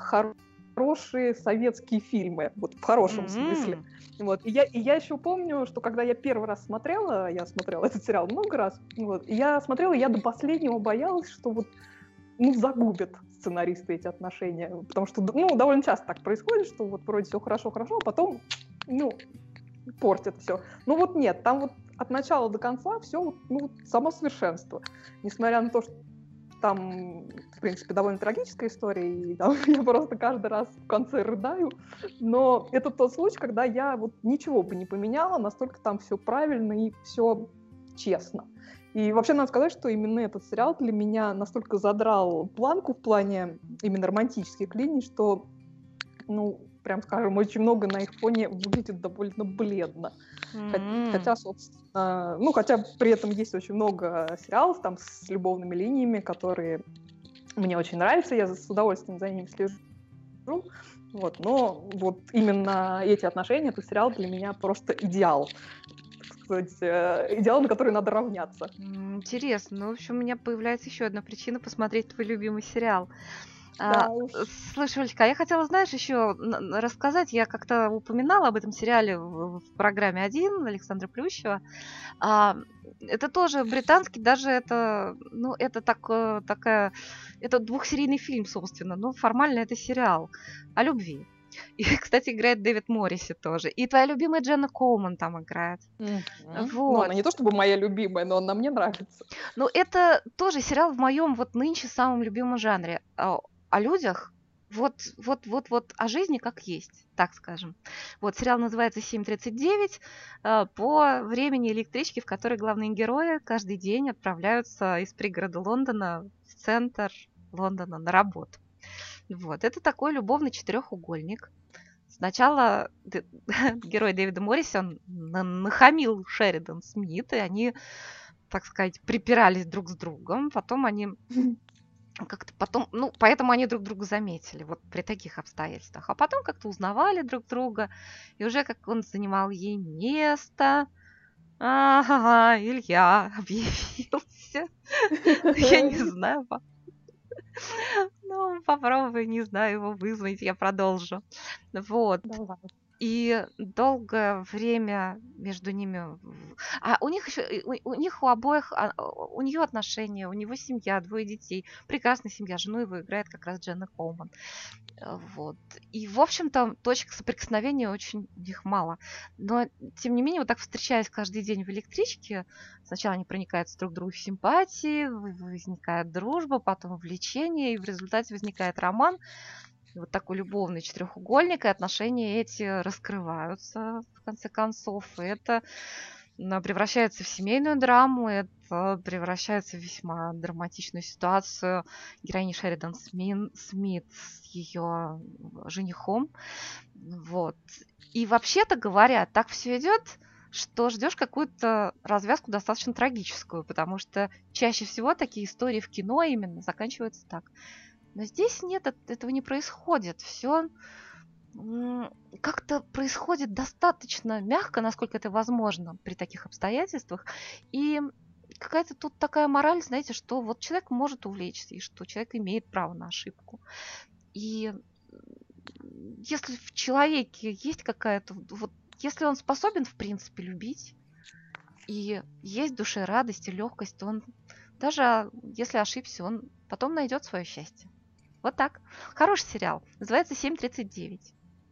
хорошие советские фильмы, вот в хорошем mm-hmm. смысле. Вот. И, я, и я еще помню, что когда я первый раз смотрела, я смотрела этот сериал много раз, вот, и я смотрела, и я до последнего боялась, что вот, ну, загубят сценаристы эти отношения, потому что, ну, довольно часто так происходит, что вот вроде все хорошо-хорошо, а потом, ну, портят все. Ну вот нет, там вот от начала до конца все, ну, само совершенство. Несмотря на то, что там, в принципе, довольно трагическая история, и там, я просто каждый раз в конце рыдаю, но это тот случай, когда я вот ничего бы не поменяла, настолько там все правильно и все честно. И вообще надо сказать, что именно этот сериал для меня настолько задрал планку в плане именно романтических линий, что, ну, прям скажем, очень много на их фоне выглядит довольно бледно. Mm-hmm. Хотя, собственно, ну, хотя при этом есть очень много сериалов там с любовными линиями, которые мне очень нравятся, я с удовольствием за ними слежу. Вот, но вот именно эти отношения, этот сериал для меня просто идеал. Так сказать, идеал, на который надо равняться. Интересно. Ну, в общем, у меня появляется еще одна причина посмотреть твой любимый сериал. Да а, уж. Слушай, Олечка, я хотела, знаешь, еще рассказать, я как-то упоминала об этом сериале в, в программе один Александра Плющева. А, это тоже британский, даже это, ну, это так, такая, это двухсерийный фильм, собственно, но формально это сериал о любви. И, кстати, играет Дэвид Морриси тоже. И твоя любимая Дженна Коулман там играет. Mm-hmm. Вот. Ну, она не то чтобы моя любимая, но она мне нравится. Ну, это тоже сериал в моем вот нынче самом любимом жанре. О, о людях, вот, вот, вот, вот о жизни как есть, так скажем. Вот, сериал называется семь тридцать девять по времени электрички, в которой главные герои каждый день отправляются из пригорода Лондона в центр Лондона на работу. Вот, это такой любовный четырехугольник. Сначала герой Дэвида Морриси, он нахамил Шеридан Смит, и они, так сказать, припирались друг с другом. Потом они как-то потом, ну, поэтому они друг друга заметили, вот при таких обстоятельствах. А потом как-то узнавали друг друга, и уже как он занимал ей место. Ага, Илья объявился. Я не знаю, ну, попробуй, не знаю, его вызвать, я продолжу. Вот. Давай. И долгое время между ними... А у них еще... У, у них у обоих... а, У нее отношения, у него семья, двое детей. Прекрасная семья. Жену его играет как раз Дженна Коулман. Э, Вот. И, в общем-то, точек соприкосновения очень у них мало. Но, тем не менее, вот так встречаясь каждый день в электричке, сначала они проникаются друг к другу в симпатии, в- возникает дружба, потом влечение, и в результате возникает роман. И вот такой любовный четырехугольник, и отношения эти раскрываются в конце концов. И это м, превращается в семейную драму, это превращается в весьма драматичную ситуацию героини Шеридан Смин- Смит с ее женихом. Вот. И вообще-то говоря, так все идет, что ждешь какую-то развязку достаточно трагическую, потому что чаще всего такие истории в кино именно заканчиваются так. Но здесь нет, эт- этого не происходит. Все как-то происходит достаточно мягко, насколько это возможно при таких обстоятельствах. И какая-то тут такая мораль, знаете, что вот человек может увлечься, и что человек имеет право на ошибку. И м, если в человеке есть какая-то... Вот, если он способен, в принципе, любить, и есть в душе радость и легкость, то он даже а, если ошибся, он потом найдет свое счастье. Вот так. Хороший сериал. Называется семь тридцать девять.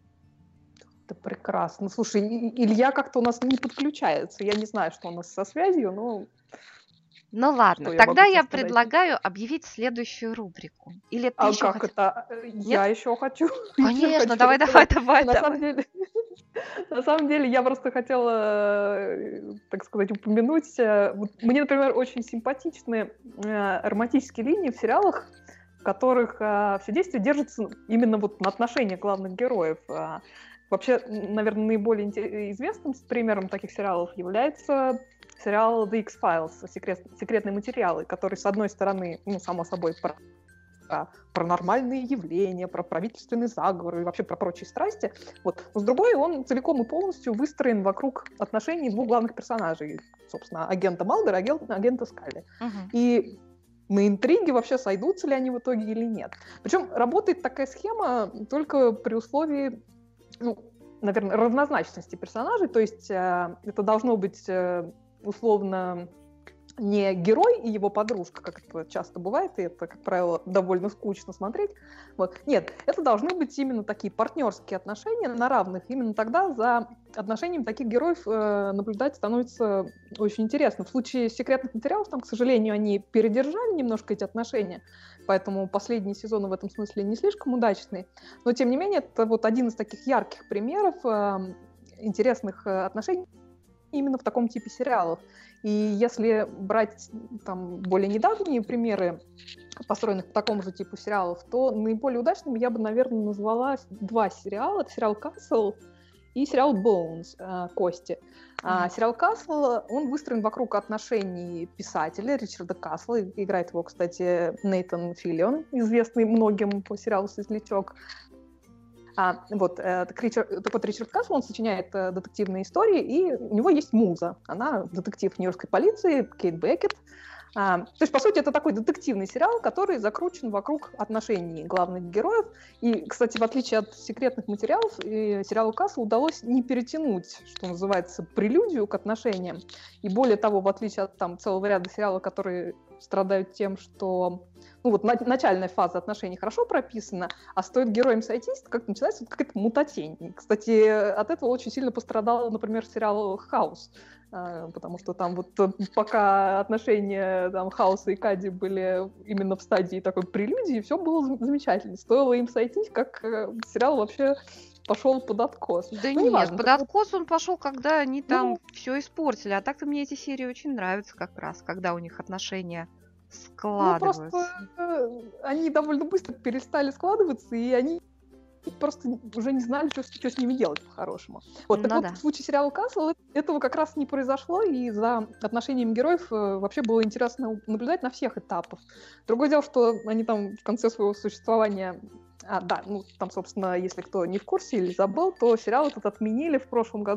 Это прекрасно. Слушай, И- Илья как-то у нас не подключается. Я не знаю, что у нас со связью, но Ну ладно, что я тогда могу тебе я сказать? предлагаю объявить следующую рубрику. Или ты А еще как хотел? это? Э, Я еще хочу. еще Конечно, хочу давай, давай, рассказать. давай, На давай. самом деле, на самом деле, я просто хотела, э, так сказать, упомянуть. э, вот Мне, например, очень симпатичны э, романтические линии в сериалах, в которых все действие держится именно вот на отношениях главных героев. А, Вообще, н- наверное, наиболее инте- известным примером таких сериалов является сериал The X-Files, секрет- секретные материалы, который, с одной стороны, ну, само собой, про про паранормальные явления, про правительственный заговор и вообще про прочие страсти. Вот. Но с другой, он целиком и полностью выстроен вокруг отношений двух главных персонажей, собственно, агента Малдера и агент- агента Скалли. Мгм. И на интриге вообще сойдутся ли они в итоге или нет. Причем работает такая схема только при условии, ну, наверное, равнозначности персонажей, то есть э, это должно быть э, условно не герой и его подружка, как это часто бывает, и это, как правило, довольно скучно смотреть. Вот. Нет, это должны быть именно такие партнерские отношения на равных. Именно тогда за отношениями таких героев э, наблюдать становится очень интересно. В случае секретных материалов, там, к сожалению, они передержали немножко эти отношения, поэтому последние сезоны в этом смысле не слишком удачные. Но, тем не менее, это вот один из таких ярких примеров э, интересных э, отношений именно в таком типе сериалов. И если брать там более недавние примеры, построенных по такому же типу сериалов, то наиболее удачными я бы, наверное, назвала два сериала. Это сериал «Касл» и сериал «Bones», э, «Кости». А, сериал «Касл», он выстроен вокруг отношений писателя Ричарда Касла. Играет его, кстати, Нейтан Филлион, известный многим по сериалу «Светлячок». А, вот, э, так, Ричард, так вот, Ричард Касл, он сочиняет э, детективные истории, и у него есть муза. Она детектив нью-йоркской полиции, Кейт Беккетт. А, то есть, по сути, это такой детективный сериал, который закручен вокруг отношений главных героев. И, кстати, в отличие от секретных материалов, э, сериалу Касла удалось не перетянуть, что называется, прелюдию к отношениям. И более того, в отличие от там, целого ряда сериалов, которые страдают тем, что ну, вот, на- начальная фаза отношений хорошо прописана, а стоит героям сойтись, как начинается вот какая-то мутатень. И, кстати, от этого очень сильно пострадал, например, сериал «Хаус», а, потому что там вот э, пока отношения там, Хауса и Кади были именно в стадии такой прелюдии, все было зам- замечательно. Стоило им сойтись, как э, сериал вообще пошел под откос. Да Ну, нет, неважно, под так вот, откос он пошел, когда они там ну, все испортили. А так-то мне эти серии очень нравятся как раз, когда у них отношения ну, просто складываются. э, они довольно быстро перестали складываться, и они просто уже не знали, что, что с ними делать по-хорошему. Вот, так Ну вот, да. в случае сериала «Касл» этого как раз не произошло, и за отношениями героев э, вообще было интересно наблюдать на всех этапах. Другое дело, что они там в конце своего существования... А, да, ну, там, собственно, если кто не в курсе или забыл, то сериал этот отменили в прошлом году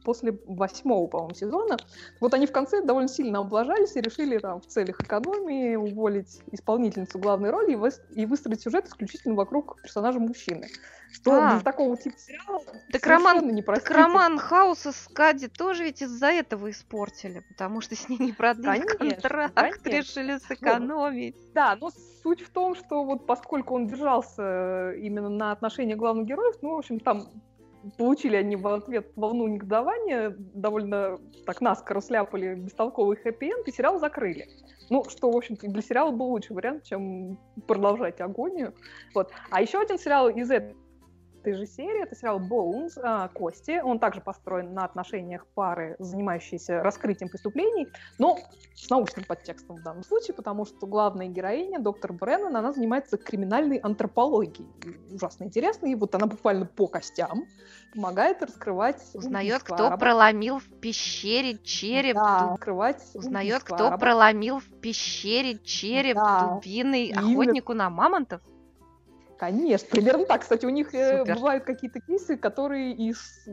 после восьмого, по-моему, сезона. Вот они в конце довольно сильно облажались и решили там в целях экономии уволить исполнительницу главной роли и, вы... и выстроить сюжет исключительно вокруг персонажа мужчины. Что А. для такого типа сериала Так совершенно роман, так непростительно. роман Хауса с Кади тоже ведь из-за этого испортили, потому что с ней не продлили Конечно, контракт, конечно. решили сэкономить. Да, но суть в том, что вот поскольку он держался именно на отношениях главных героев, ну, в общем, там получили они в ответ волну негодования, довольно так наскоро сляпали бестолковый хэппи-энд, и сериал закрыли. Ну, что, в общем-то, для сериала был лучший вариант, чем продолжать агонию. Вот. А еще один сериал из этой же серии, это сериал Bones, а, Кости. Он также построен на отношениях пары, занимающейся раскрытием преступлений, но с научным подтекстом в данном случае, потому что главная героиня, доктор Бреннан, она занимается криминальной антропологией. Ужасно интересно, и вот она буквально по костям помогает раскрывать Узнает, убийства. кто проломил в пещере череп. Да, дуб- раскрывать Узнает, убийства. кто проломил в пещере череп Да. дубиной Именно. охотнику на мамонтов. Конечно, примерно так. Кстати, у них э, Супер. бывают какие-то кейсы, которые из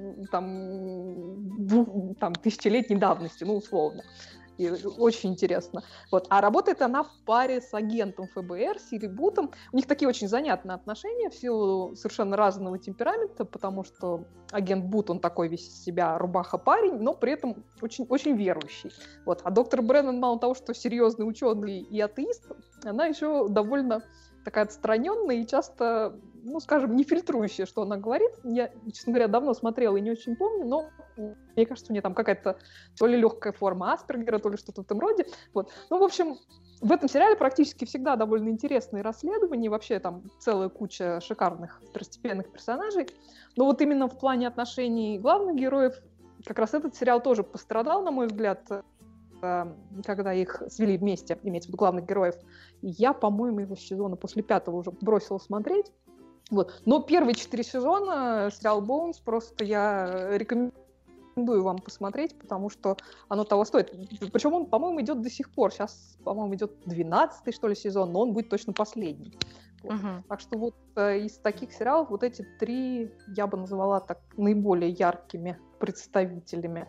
там, двух- там, тысячелетней давности, ну, условно. И очень интересно. Вот. А работает она в паре с агентом эф бэ эр, Сири Бутом. У них такие очень занятные отношения в силу совершенно разного темперамента, потому что агент Бут, он такой весь из себя рубаха-парень, но при этом очень, очень верующий. Вот. А доктор Бреннан, мало того, что серьезный ученый и атеист, она еще довольно такая отстраненная и часто, ну, скажем, не фильтрующая, что она говорит. Я, честно говоря, давно смотрела и не очень помню, но мне кажется, у нее там какая-то то ли легкая форма Аспергера, то ли что-то в этом роде. Вот. Ну, в общем, в этом сериале практически всегда довольно интересные расследования, вообще там целая куча шикарных второстепенных персонажей. Но вот именно в плане отношений главных героев как раз этот сериал тоже пострадал, на мой взгляд, когда их свели вместе, имеется в виду главных героев. И я, по-моему, его с сезона после пятого уже бросила смотреть. Вот. Но первые четыре сезона сериал Bones просто я рекомендую вам посмотреть, потому что оно того стоит. Причем он, по-моему, идет до сих пор. Сейчас, по-моему, идет двенадцатый, что ли, сезон, но он будет точно последний. Вот. Мгм. Так что вот э, из таких сериалов вот эти три я бы назвала так наиболее яркими представителями.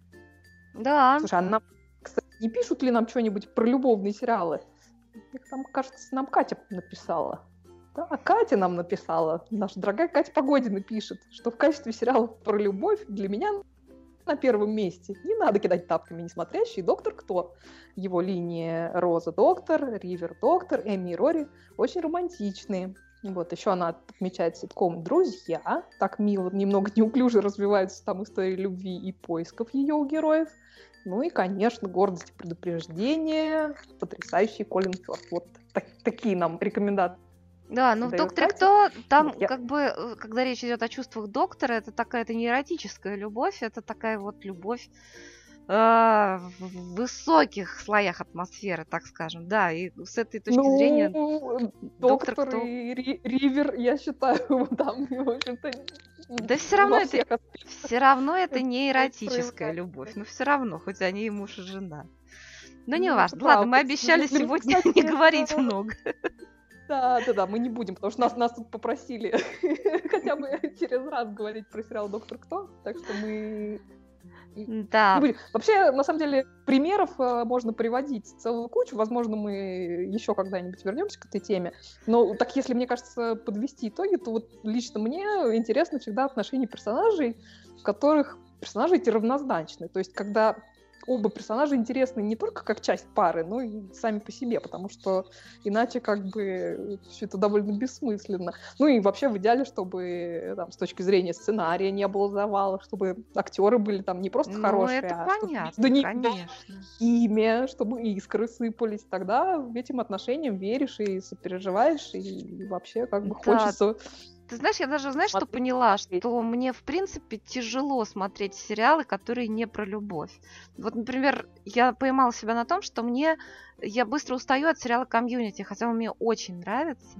Да. Слушай, а нам, кстати, не пишут ли нам что-нибудь про любовные сериалы? Мне там, кажется, нам Катя написала. Да, Катя нам написала, наша дорогая Катя Погодина пишет, что в качестве сериалов про любовь для меня на первом месте не надо кидать тапками несмотрящий «Доктор Кто». Его линии Роза Доктор, Ривер Доктор, Эми и Рори очень романтичные. Вот, еще она отмечает ситком «Друзья». Так мило, немного неуклюже развиваются там истории любви и поисков ее у героев. Ну и, конечно, «Гордость и предупреждение», потрясающий Колин Фёрд. Вот так, такие нам рекомендации. Да, ну в Даёт «Докторе Катя. Кто» там Вот я- как бы, э, когда речь идет о чувствах доктора, это такая, это не эротическая любовь, это такая вот любовь э, в высоких слоях атмосферы, так скажем, да, и с этой точки ну, зрения доктор, «Доктор Кто». и Ри- Ривер, я считаю, там, в общем-то, Да все равно во это, всех аспектах. все равно это это не эротическая проявляется. любовь, но все равно, хоть они и муж и жена. Но не Ну, важно, это ладно, мы правда. обещали Для- сегодня кстати, не говорить это- много. Да, да, да, мы не будем, потому что нас, нас тут попросили хотя бы через раз говорить про сериал «Доктор Кто», так что мы не Да, будем. Вообще, на самом деле, примеров э, можно приводить целую кучу, возможно, мы еще когда-нибудь вернемся к этой теме, но так если, мне кажется, подвести итоги, то вот лично мне интересно всегда отношения персонажей, в которых персонажи эти равнозначны, то есть когда оба персонажа интересны не только как часть пары, но и сами по себе, потому что иначе как бы все это довольно бессмысленно. Ну и вообще в идеале, чтобы там, с точки зрения сценария не было завала, чтобы актеры были там не просто ну хорошие, это а чтобы понятно, между ними конечно. имя, чтобы искры сыпались, тогда этим отношениям веришь и сопереживаешь, и вообще как бы Да. хочется... Ты знаешь, я даже, знаешь, что Смотреть, поняла? смотреть. Что мне, в принципе, тяжело смотреть сериалы, которые не про любовь. Вот, например, я поймала себя на том, что мне... Я быстро устаю от сериала «Комьюнити», хотя он мне очень нравится.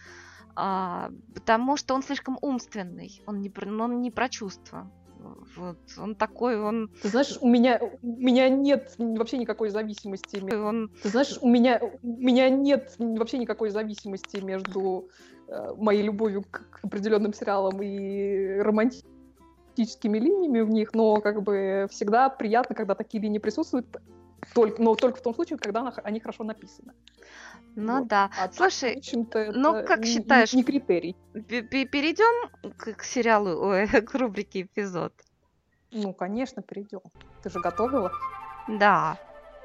а, потому что он слишком умственный. Он не про, он не про чувства. Вот. Он такой, он... Ты знаешь, у меня, у меня нет вообще никакой зависимости. ме- он Ты знаешь, у меня, у меня нет вообще никакой зависимости между э, моей любовью к, к определенным сериалам и романтичностью романтическими линиями в них, но как бы всегда приятно, когда такие линии присутствуют, только, но только в том случае, когда она- они хорошо написаны. Ну Вот. да. А так, в Слушай, общем-то, ну это как н- считаешь, не критерий. пе- пе- перейдем к, к сериалу, ой, к рубрике эпизод? Ну, конечно, перейдем. Ты же готовила? Да.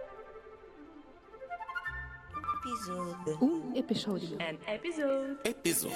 Un episodio. An episode. Эпизод.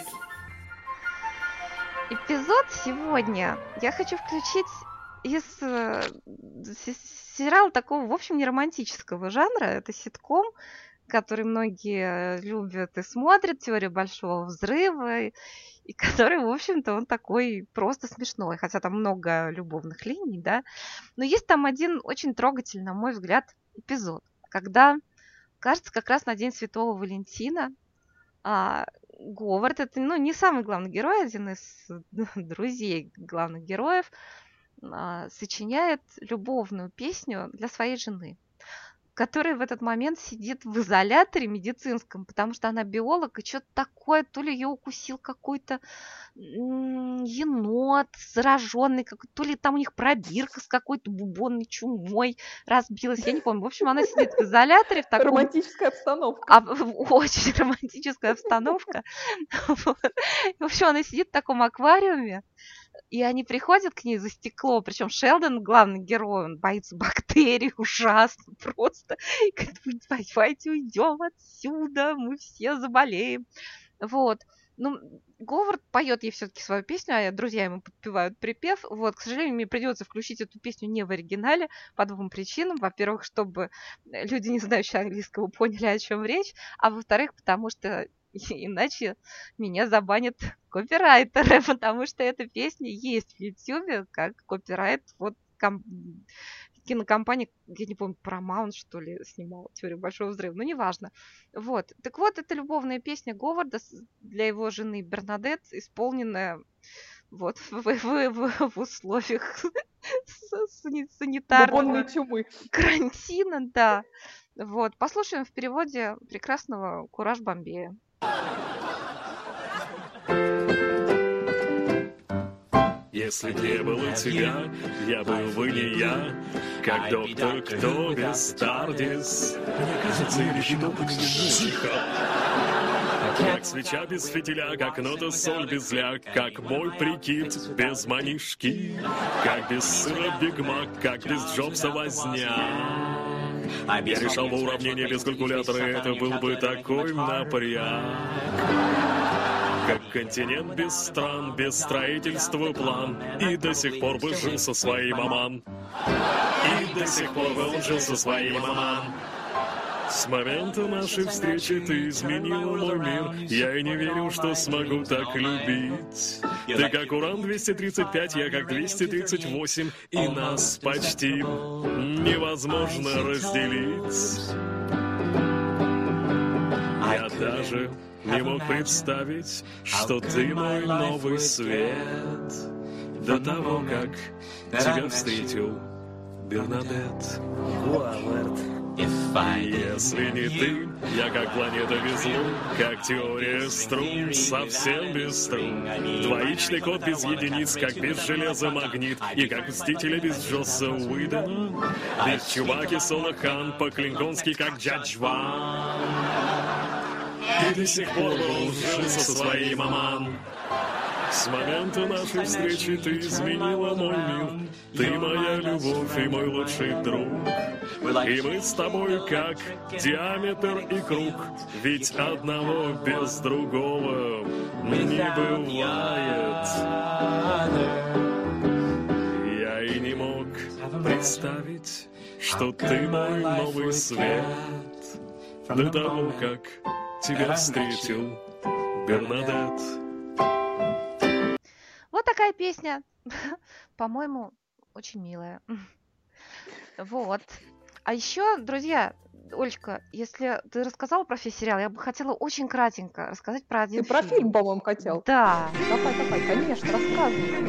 Эпизод сегодня я хочу включить из э, с- сериала такого, в общем, не романтического жанра. Это ситком, который многие любят и смотрят, «Теория большого взрыва», и, и который, в общем-то, он такой просто смешной, хотя там много любовных линий, да. Но есть там один очень трогательный, на мой взгляд, эпизод, когда, кажется, как раз на День Святого Валентина а, Говард, это, ну, не самый главный герой, один из друзей главных героев, а, сочиняет любовную песню для своей жены, которая в этот момент сидит в изоляторе медицинском, потому что она биолог, и что-то такое, то ли ее укусил какой-то м, енот зараженный, как- то ли там у них пробирка с какой-то бубонной чумой разбилась, я не помню. В общем, она сидит в изоляторе в таком... Романтическая обстановка. А, в- очень романтическая обстановка. Вот. В общем, она сидит в таком аквариуме, и они приходят к ней за стекло, причем Шелдон, главный герой, он боится бактерий ужасно просто. И говорит, «Вы давайте уйдем отсюда, мы все заболеем». Вот. Ну, Говард поет ей все-таки свою песню, а друзья ему подпевают припев. Вот, к сожалению, мне придется включить эту песню не в оригинале по двум причинам. Во-первых, чтобы люди, не знающие английского, поняли, о чем речь, а во-вторых, потому что иначе меня забанят копирайтеры, потому что эта песня есть в Ютьюбе как копирайт. Вот ком- кинокомпания, я не помню, Paramount, что ли, снимала «Теорию большого взрыва», ну, неважно. Вот. Так вот, это любовная песня Говарда с- для его жены Бернадет, исполненная вот в, в- в- в условиях с- сани- санитарного Бубонной чумы. карантина, да. Вот. Послушаем в переводе прекрасного Кураж Бомбея. Если б не было тебя, я был бы не я, как доктор кто без Тардис. Мне кажется, или щиток тихо. Как свеча без фитиля, как нота соль без ля, как мой прикид без манишки, как без сыра бигмак, как без Джобса возня. Я решал бы уравнение без калькулятора, это был бы такой напряг. Как континент без стран, без строительства план, и до сих пор бы жил со своей маман. И до сих пор бы он жил со своей маман. С момента нашей встречи ты изменила мой мир. Я и не верил, что смогу так любить. Ты как уран двести тридцать пять, я как двести тридцать восемь, и нас почти невозможно разделить. Я даже не мог представить, что ты мой новый свет. До того, как тебя встретил Бернадет. Если не ты, я как планета без лун, как теория струн, совсем без струн. Двоичный код без единиц, как без железа магнит, и как Мстители без Джосса Уидона, без Чубаки Соло Хан, по-клинконски как Джадж Ван. И до сих пор был жил со своей маман. С момента нашей встречи ты изменила мой мир. Ты моя любовь и мой лучший друг. И мы с тобой как диаметр и круг. Ведь одного без другого не бывает. Я и не мог представить, что ты мой новый свет. До того, как тебя встретил Бернадет. Вот такая песня. По-моему, очень милая. Вот. А еще, друзья, Олечка, если ты рассказала про весь сериал, я бы хотела очень кратенько рассказать про один Ты про фильм. фильм, по-моему, хотел. Да. Давай, давай, конечно, рассказывай.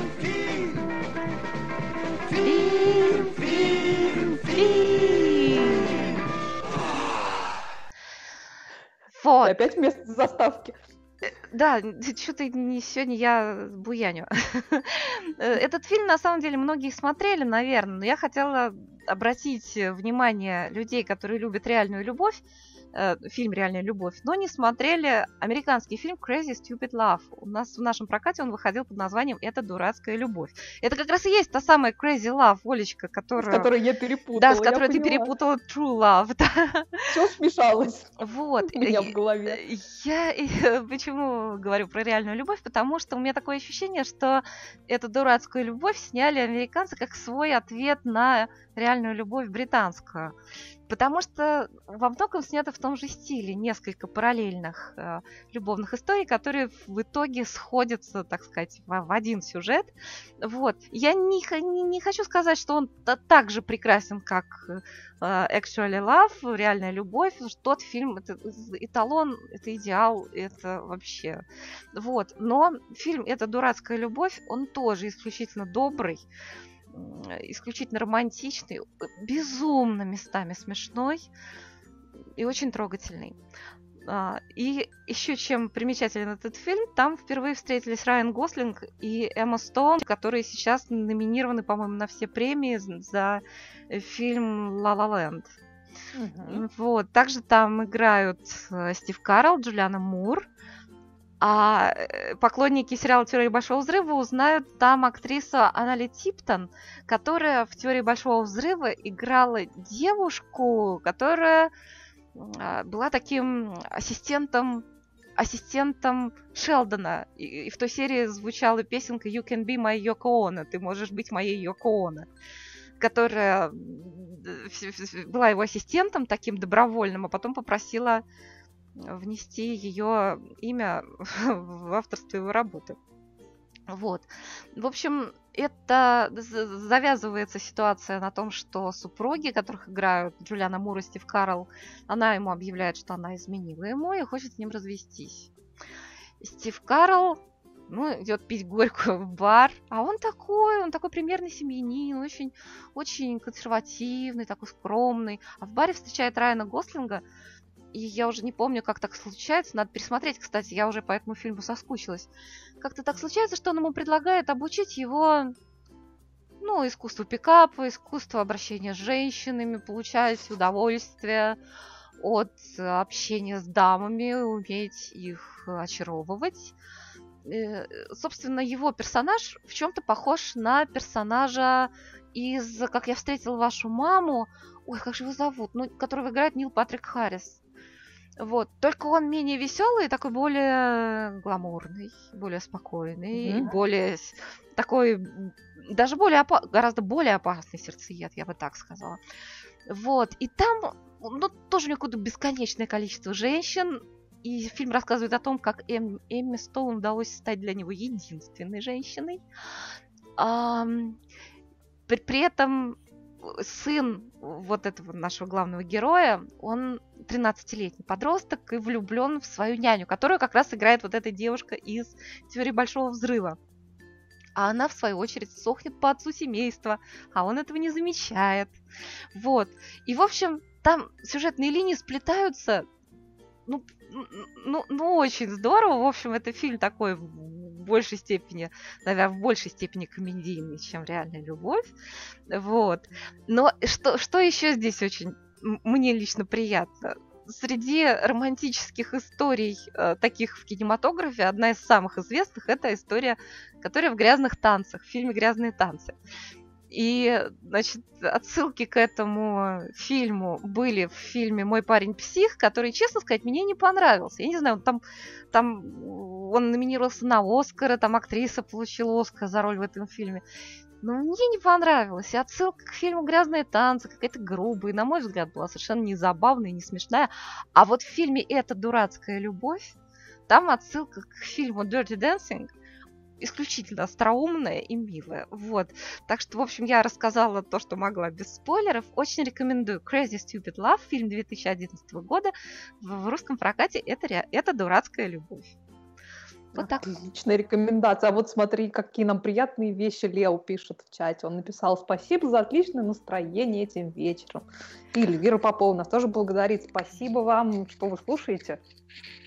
Фильм, фильм, фильм. И Вот. опять вместо заставки. Да, что-то не сегодня я буяню. Э, Этот фильм, на самом деле, многие смотрели, наверное, но я хотела обратить э, внимание людей, которые любят реальную любовь, э, фильм «Реальная любовь», но не смотрели американский фильм Crazy Stupid Love. У нас в нашем прокате он выходил под названием «Это дурацкая любовь». Это как раз и есть та самая Crazy Love, Олечка, С которую... которой я Да, перепутала, с я которой ты поняла. перепутала True Love. да. Все смешалось Вот. у меня в и- голове. э, Я и, почему говорю про реальную любовь? Потому что у меня такое ощущение, что эту дурацкую любовь сняли американцы как свой ответ на реальную любовь британскую. Потому что во многом снято в том же стиле несколько параллельных э, любовных историй, которые в итоге сходятся, так сказать, в, в один сюжет. Вот. Я не, х- не, не хочу сказать, что он та- так же прекрасен, как э, Actually Love, реальная любовь. Потому что тот фильм это эталон, это идеал, это вообще. Вот. Но фильм «Это дурацкая любовь», он тоже исключительно добрый, м, исключительно романтичный, безумно местами смешной и очень трогательный. А, И еще чем примечателен этот фильм, там впервые встретились Райан Гослинг и Эмма Стоун, которые сейчас номинированы, по-моему, на все премии з- за э, фильм «Ла Ла Ленд». Мгм. Вот. Также там играют э, Стив Карелл, Джулиана Мур. А э, поклонники сериала «Теория Большого Взрыва» узнают там актрису Аннали Типтон, которая в «Теории Большого Взрыва» играла девушку, которая м, а, была таким ассистентом ассистентом Шелдона. И, и в той серии звучала песенка «You can be my Yoko Ono», «Ты можешь быть моей Йоко Оно», которая м, ф- ф- была его ассистентом таким добровольным, а потом попросила внести ее имя в авторство его работы. Вот. В общем, это з- завязывается ситуация на том, что супруги, которых играют Джулиана Мур и Стив Карелл, она ему объявляет, что она изменила ему и хочет с ним развестись. Стив Карелл, ну, идет пить горькую в бар, а он такой, он такой примерный семьянин, очень, очень консервативный, такой скромный. А в баре встречает Райана Гослинга, и я уже не помню, как так случается. Надо пересмотреть, кстати, я уже по этому фильму соскучилась. Как-то так случается, что он ему предлагает обучить его, ну, искусству пикапа, искусству обращения с женщинами, получать удовольствие от э, общения с дамами, уметь их очаровывать. Э, Собственно, его персонаж в чем-то похож на персонажа из «Как я встретил вашу маму». Ой, как же его зовут? Ну, которого играет Нил Патрик Харрис. Вот. Только он менее веселый, такой более гламурный, более спокойный, и Мгм. более с- такой, м, даже более опа- гораздо более опасный сердцеед, я бы так сказала. Вот. И там, ну, тоже у него какое-то бесконечное количество женщин. И фильм рассказывает о том, как Эм- Эмме Стоун удалось стать для него единственной женщиной. Ам, при, при этом э, сын вот этого нашего главного героя, он тринадцатилетний подросток и влюблен в свою няню, которую как раз играет вот эта девушка из «Теории Большого Взрыва». А она, в свою очередь, сохнет по отцу семейства, а он этого не замечает. Вот. И, в общем, там сюжетные линии сплетаются, ну, н- ну, ну, очень здорово. В общем, это фильм такой в большей степени, наверное, в большей степени комедийный, чем «Реальная любовь». Вот. Но что, что еще здесь очень м- мне лично приятно? Среди романтических историй, э, таких в кинематографе, одна из самых известных — это история, которая в «Грязных танцах», в фильме «Грязные танцы». И, значит, отсылки к этому фильму были в фильме «Мой парень псих», который, честно сказать, мне не понравился. Я не знаю, там, там он номинировался на Оскара, там актриса получила Оскар за роль в этом фильме. Но мне не понравилось. И отсылка к фильму «Грязные танцы» какая-то грубая, на мой взгляд, была совершенно не забавная, не смешная. А вот в фильме «Это дурацкая любовь» там отсылка к фильму «Dirty Dancing» исключительно остроумная и милая. Вот. Так что, в общем, я рассказала то, что могла без спойлеров. Очень рекомендую Crazy Stupid Love, фильм две тысячи одиннадцатого года. В, в русском прокате это, ре- это дурацкая любовь. Вот так. Отличная рекомендация. А вот смотри, какие нам приятные вещи Лео пишет в чате. Он написал: спасибо за отличное настроение этим вечером. И Эльвира Попова нас тоже благодарит. Спасибо вам, что вы слушаете.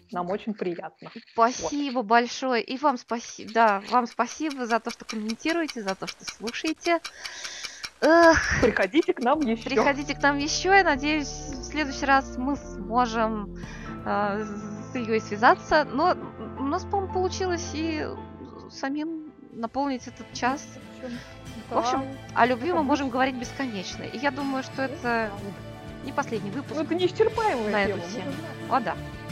Нам очень приятно. Спасибо большое. И вам спасибо. Да, вам спасибо за то, что комментируете, за то, что слушаете. Эх, Приходите к нам еще. приходите к нам еще. Я надеюсь, в следующий раз мы сможем э, с Ильей связаться. Но у нас, по-моему, получилось и самим наполнить этот час. В общем, о любви мы можем говорить бесконечно. И я думаю, что это не последний выпуск Ну, это неисчерпаемая на тема. эту мы тему. же знаем. О, да.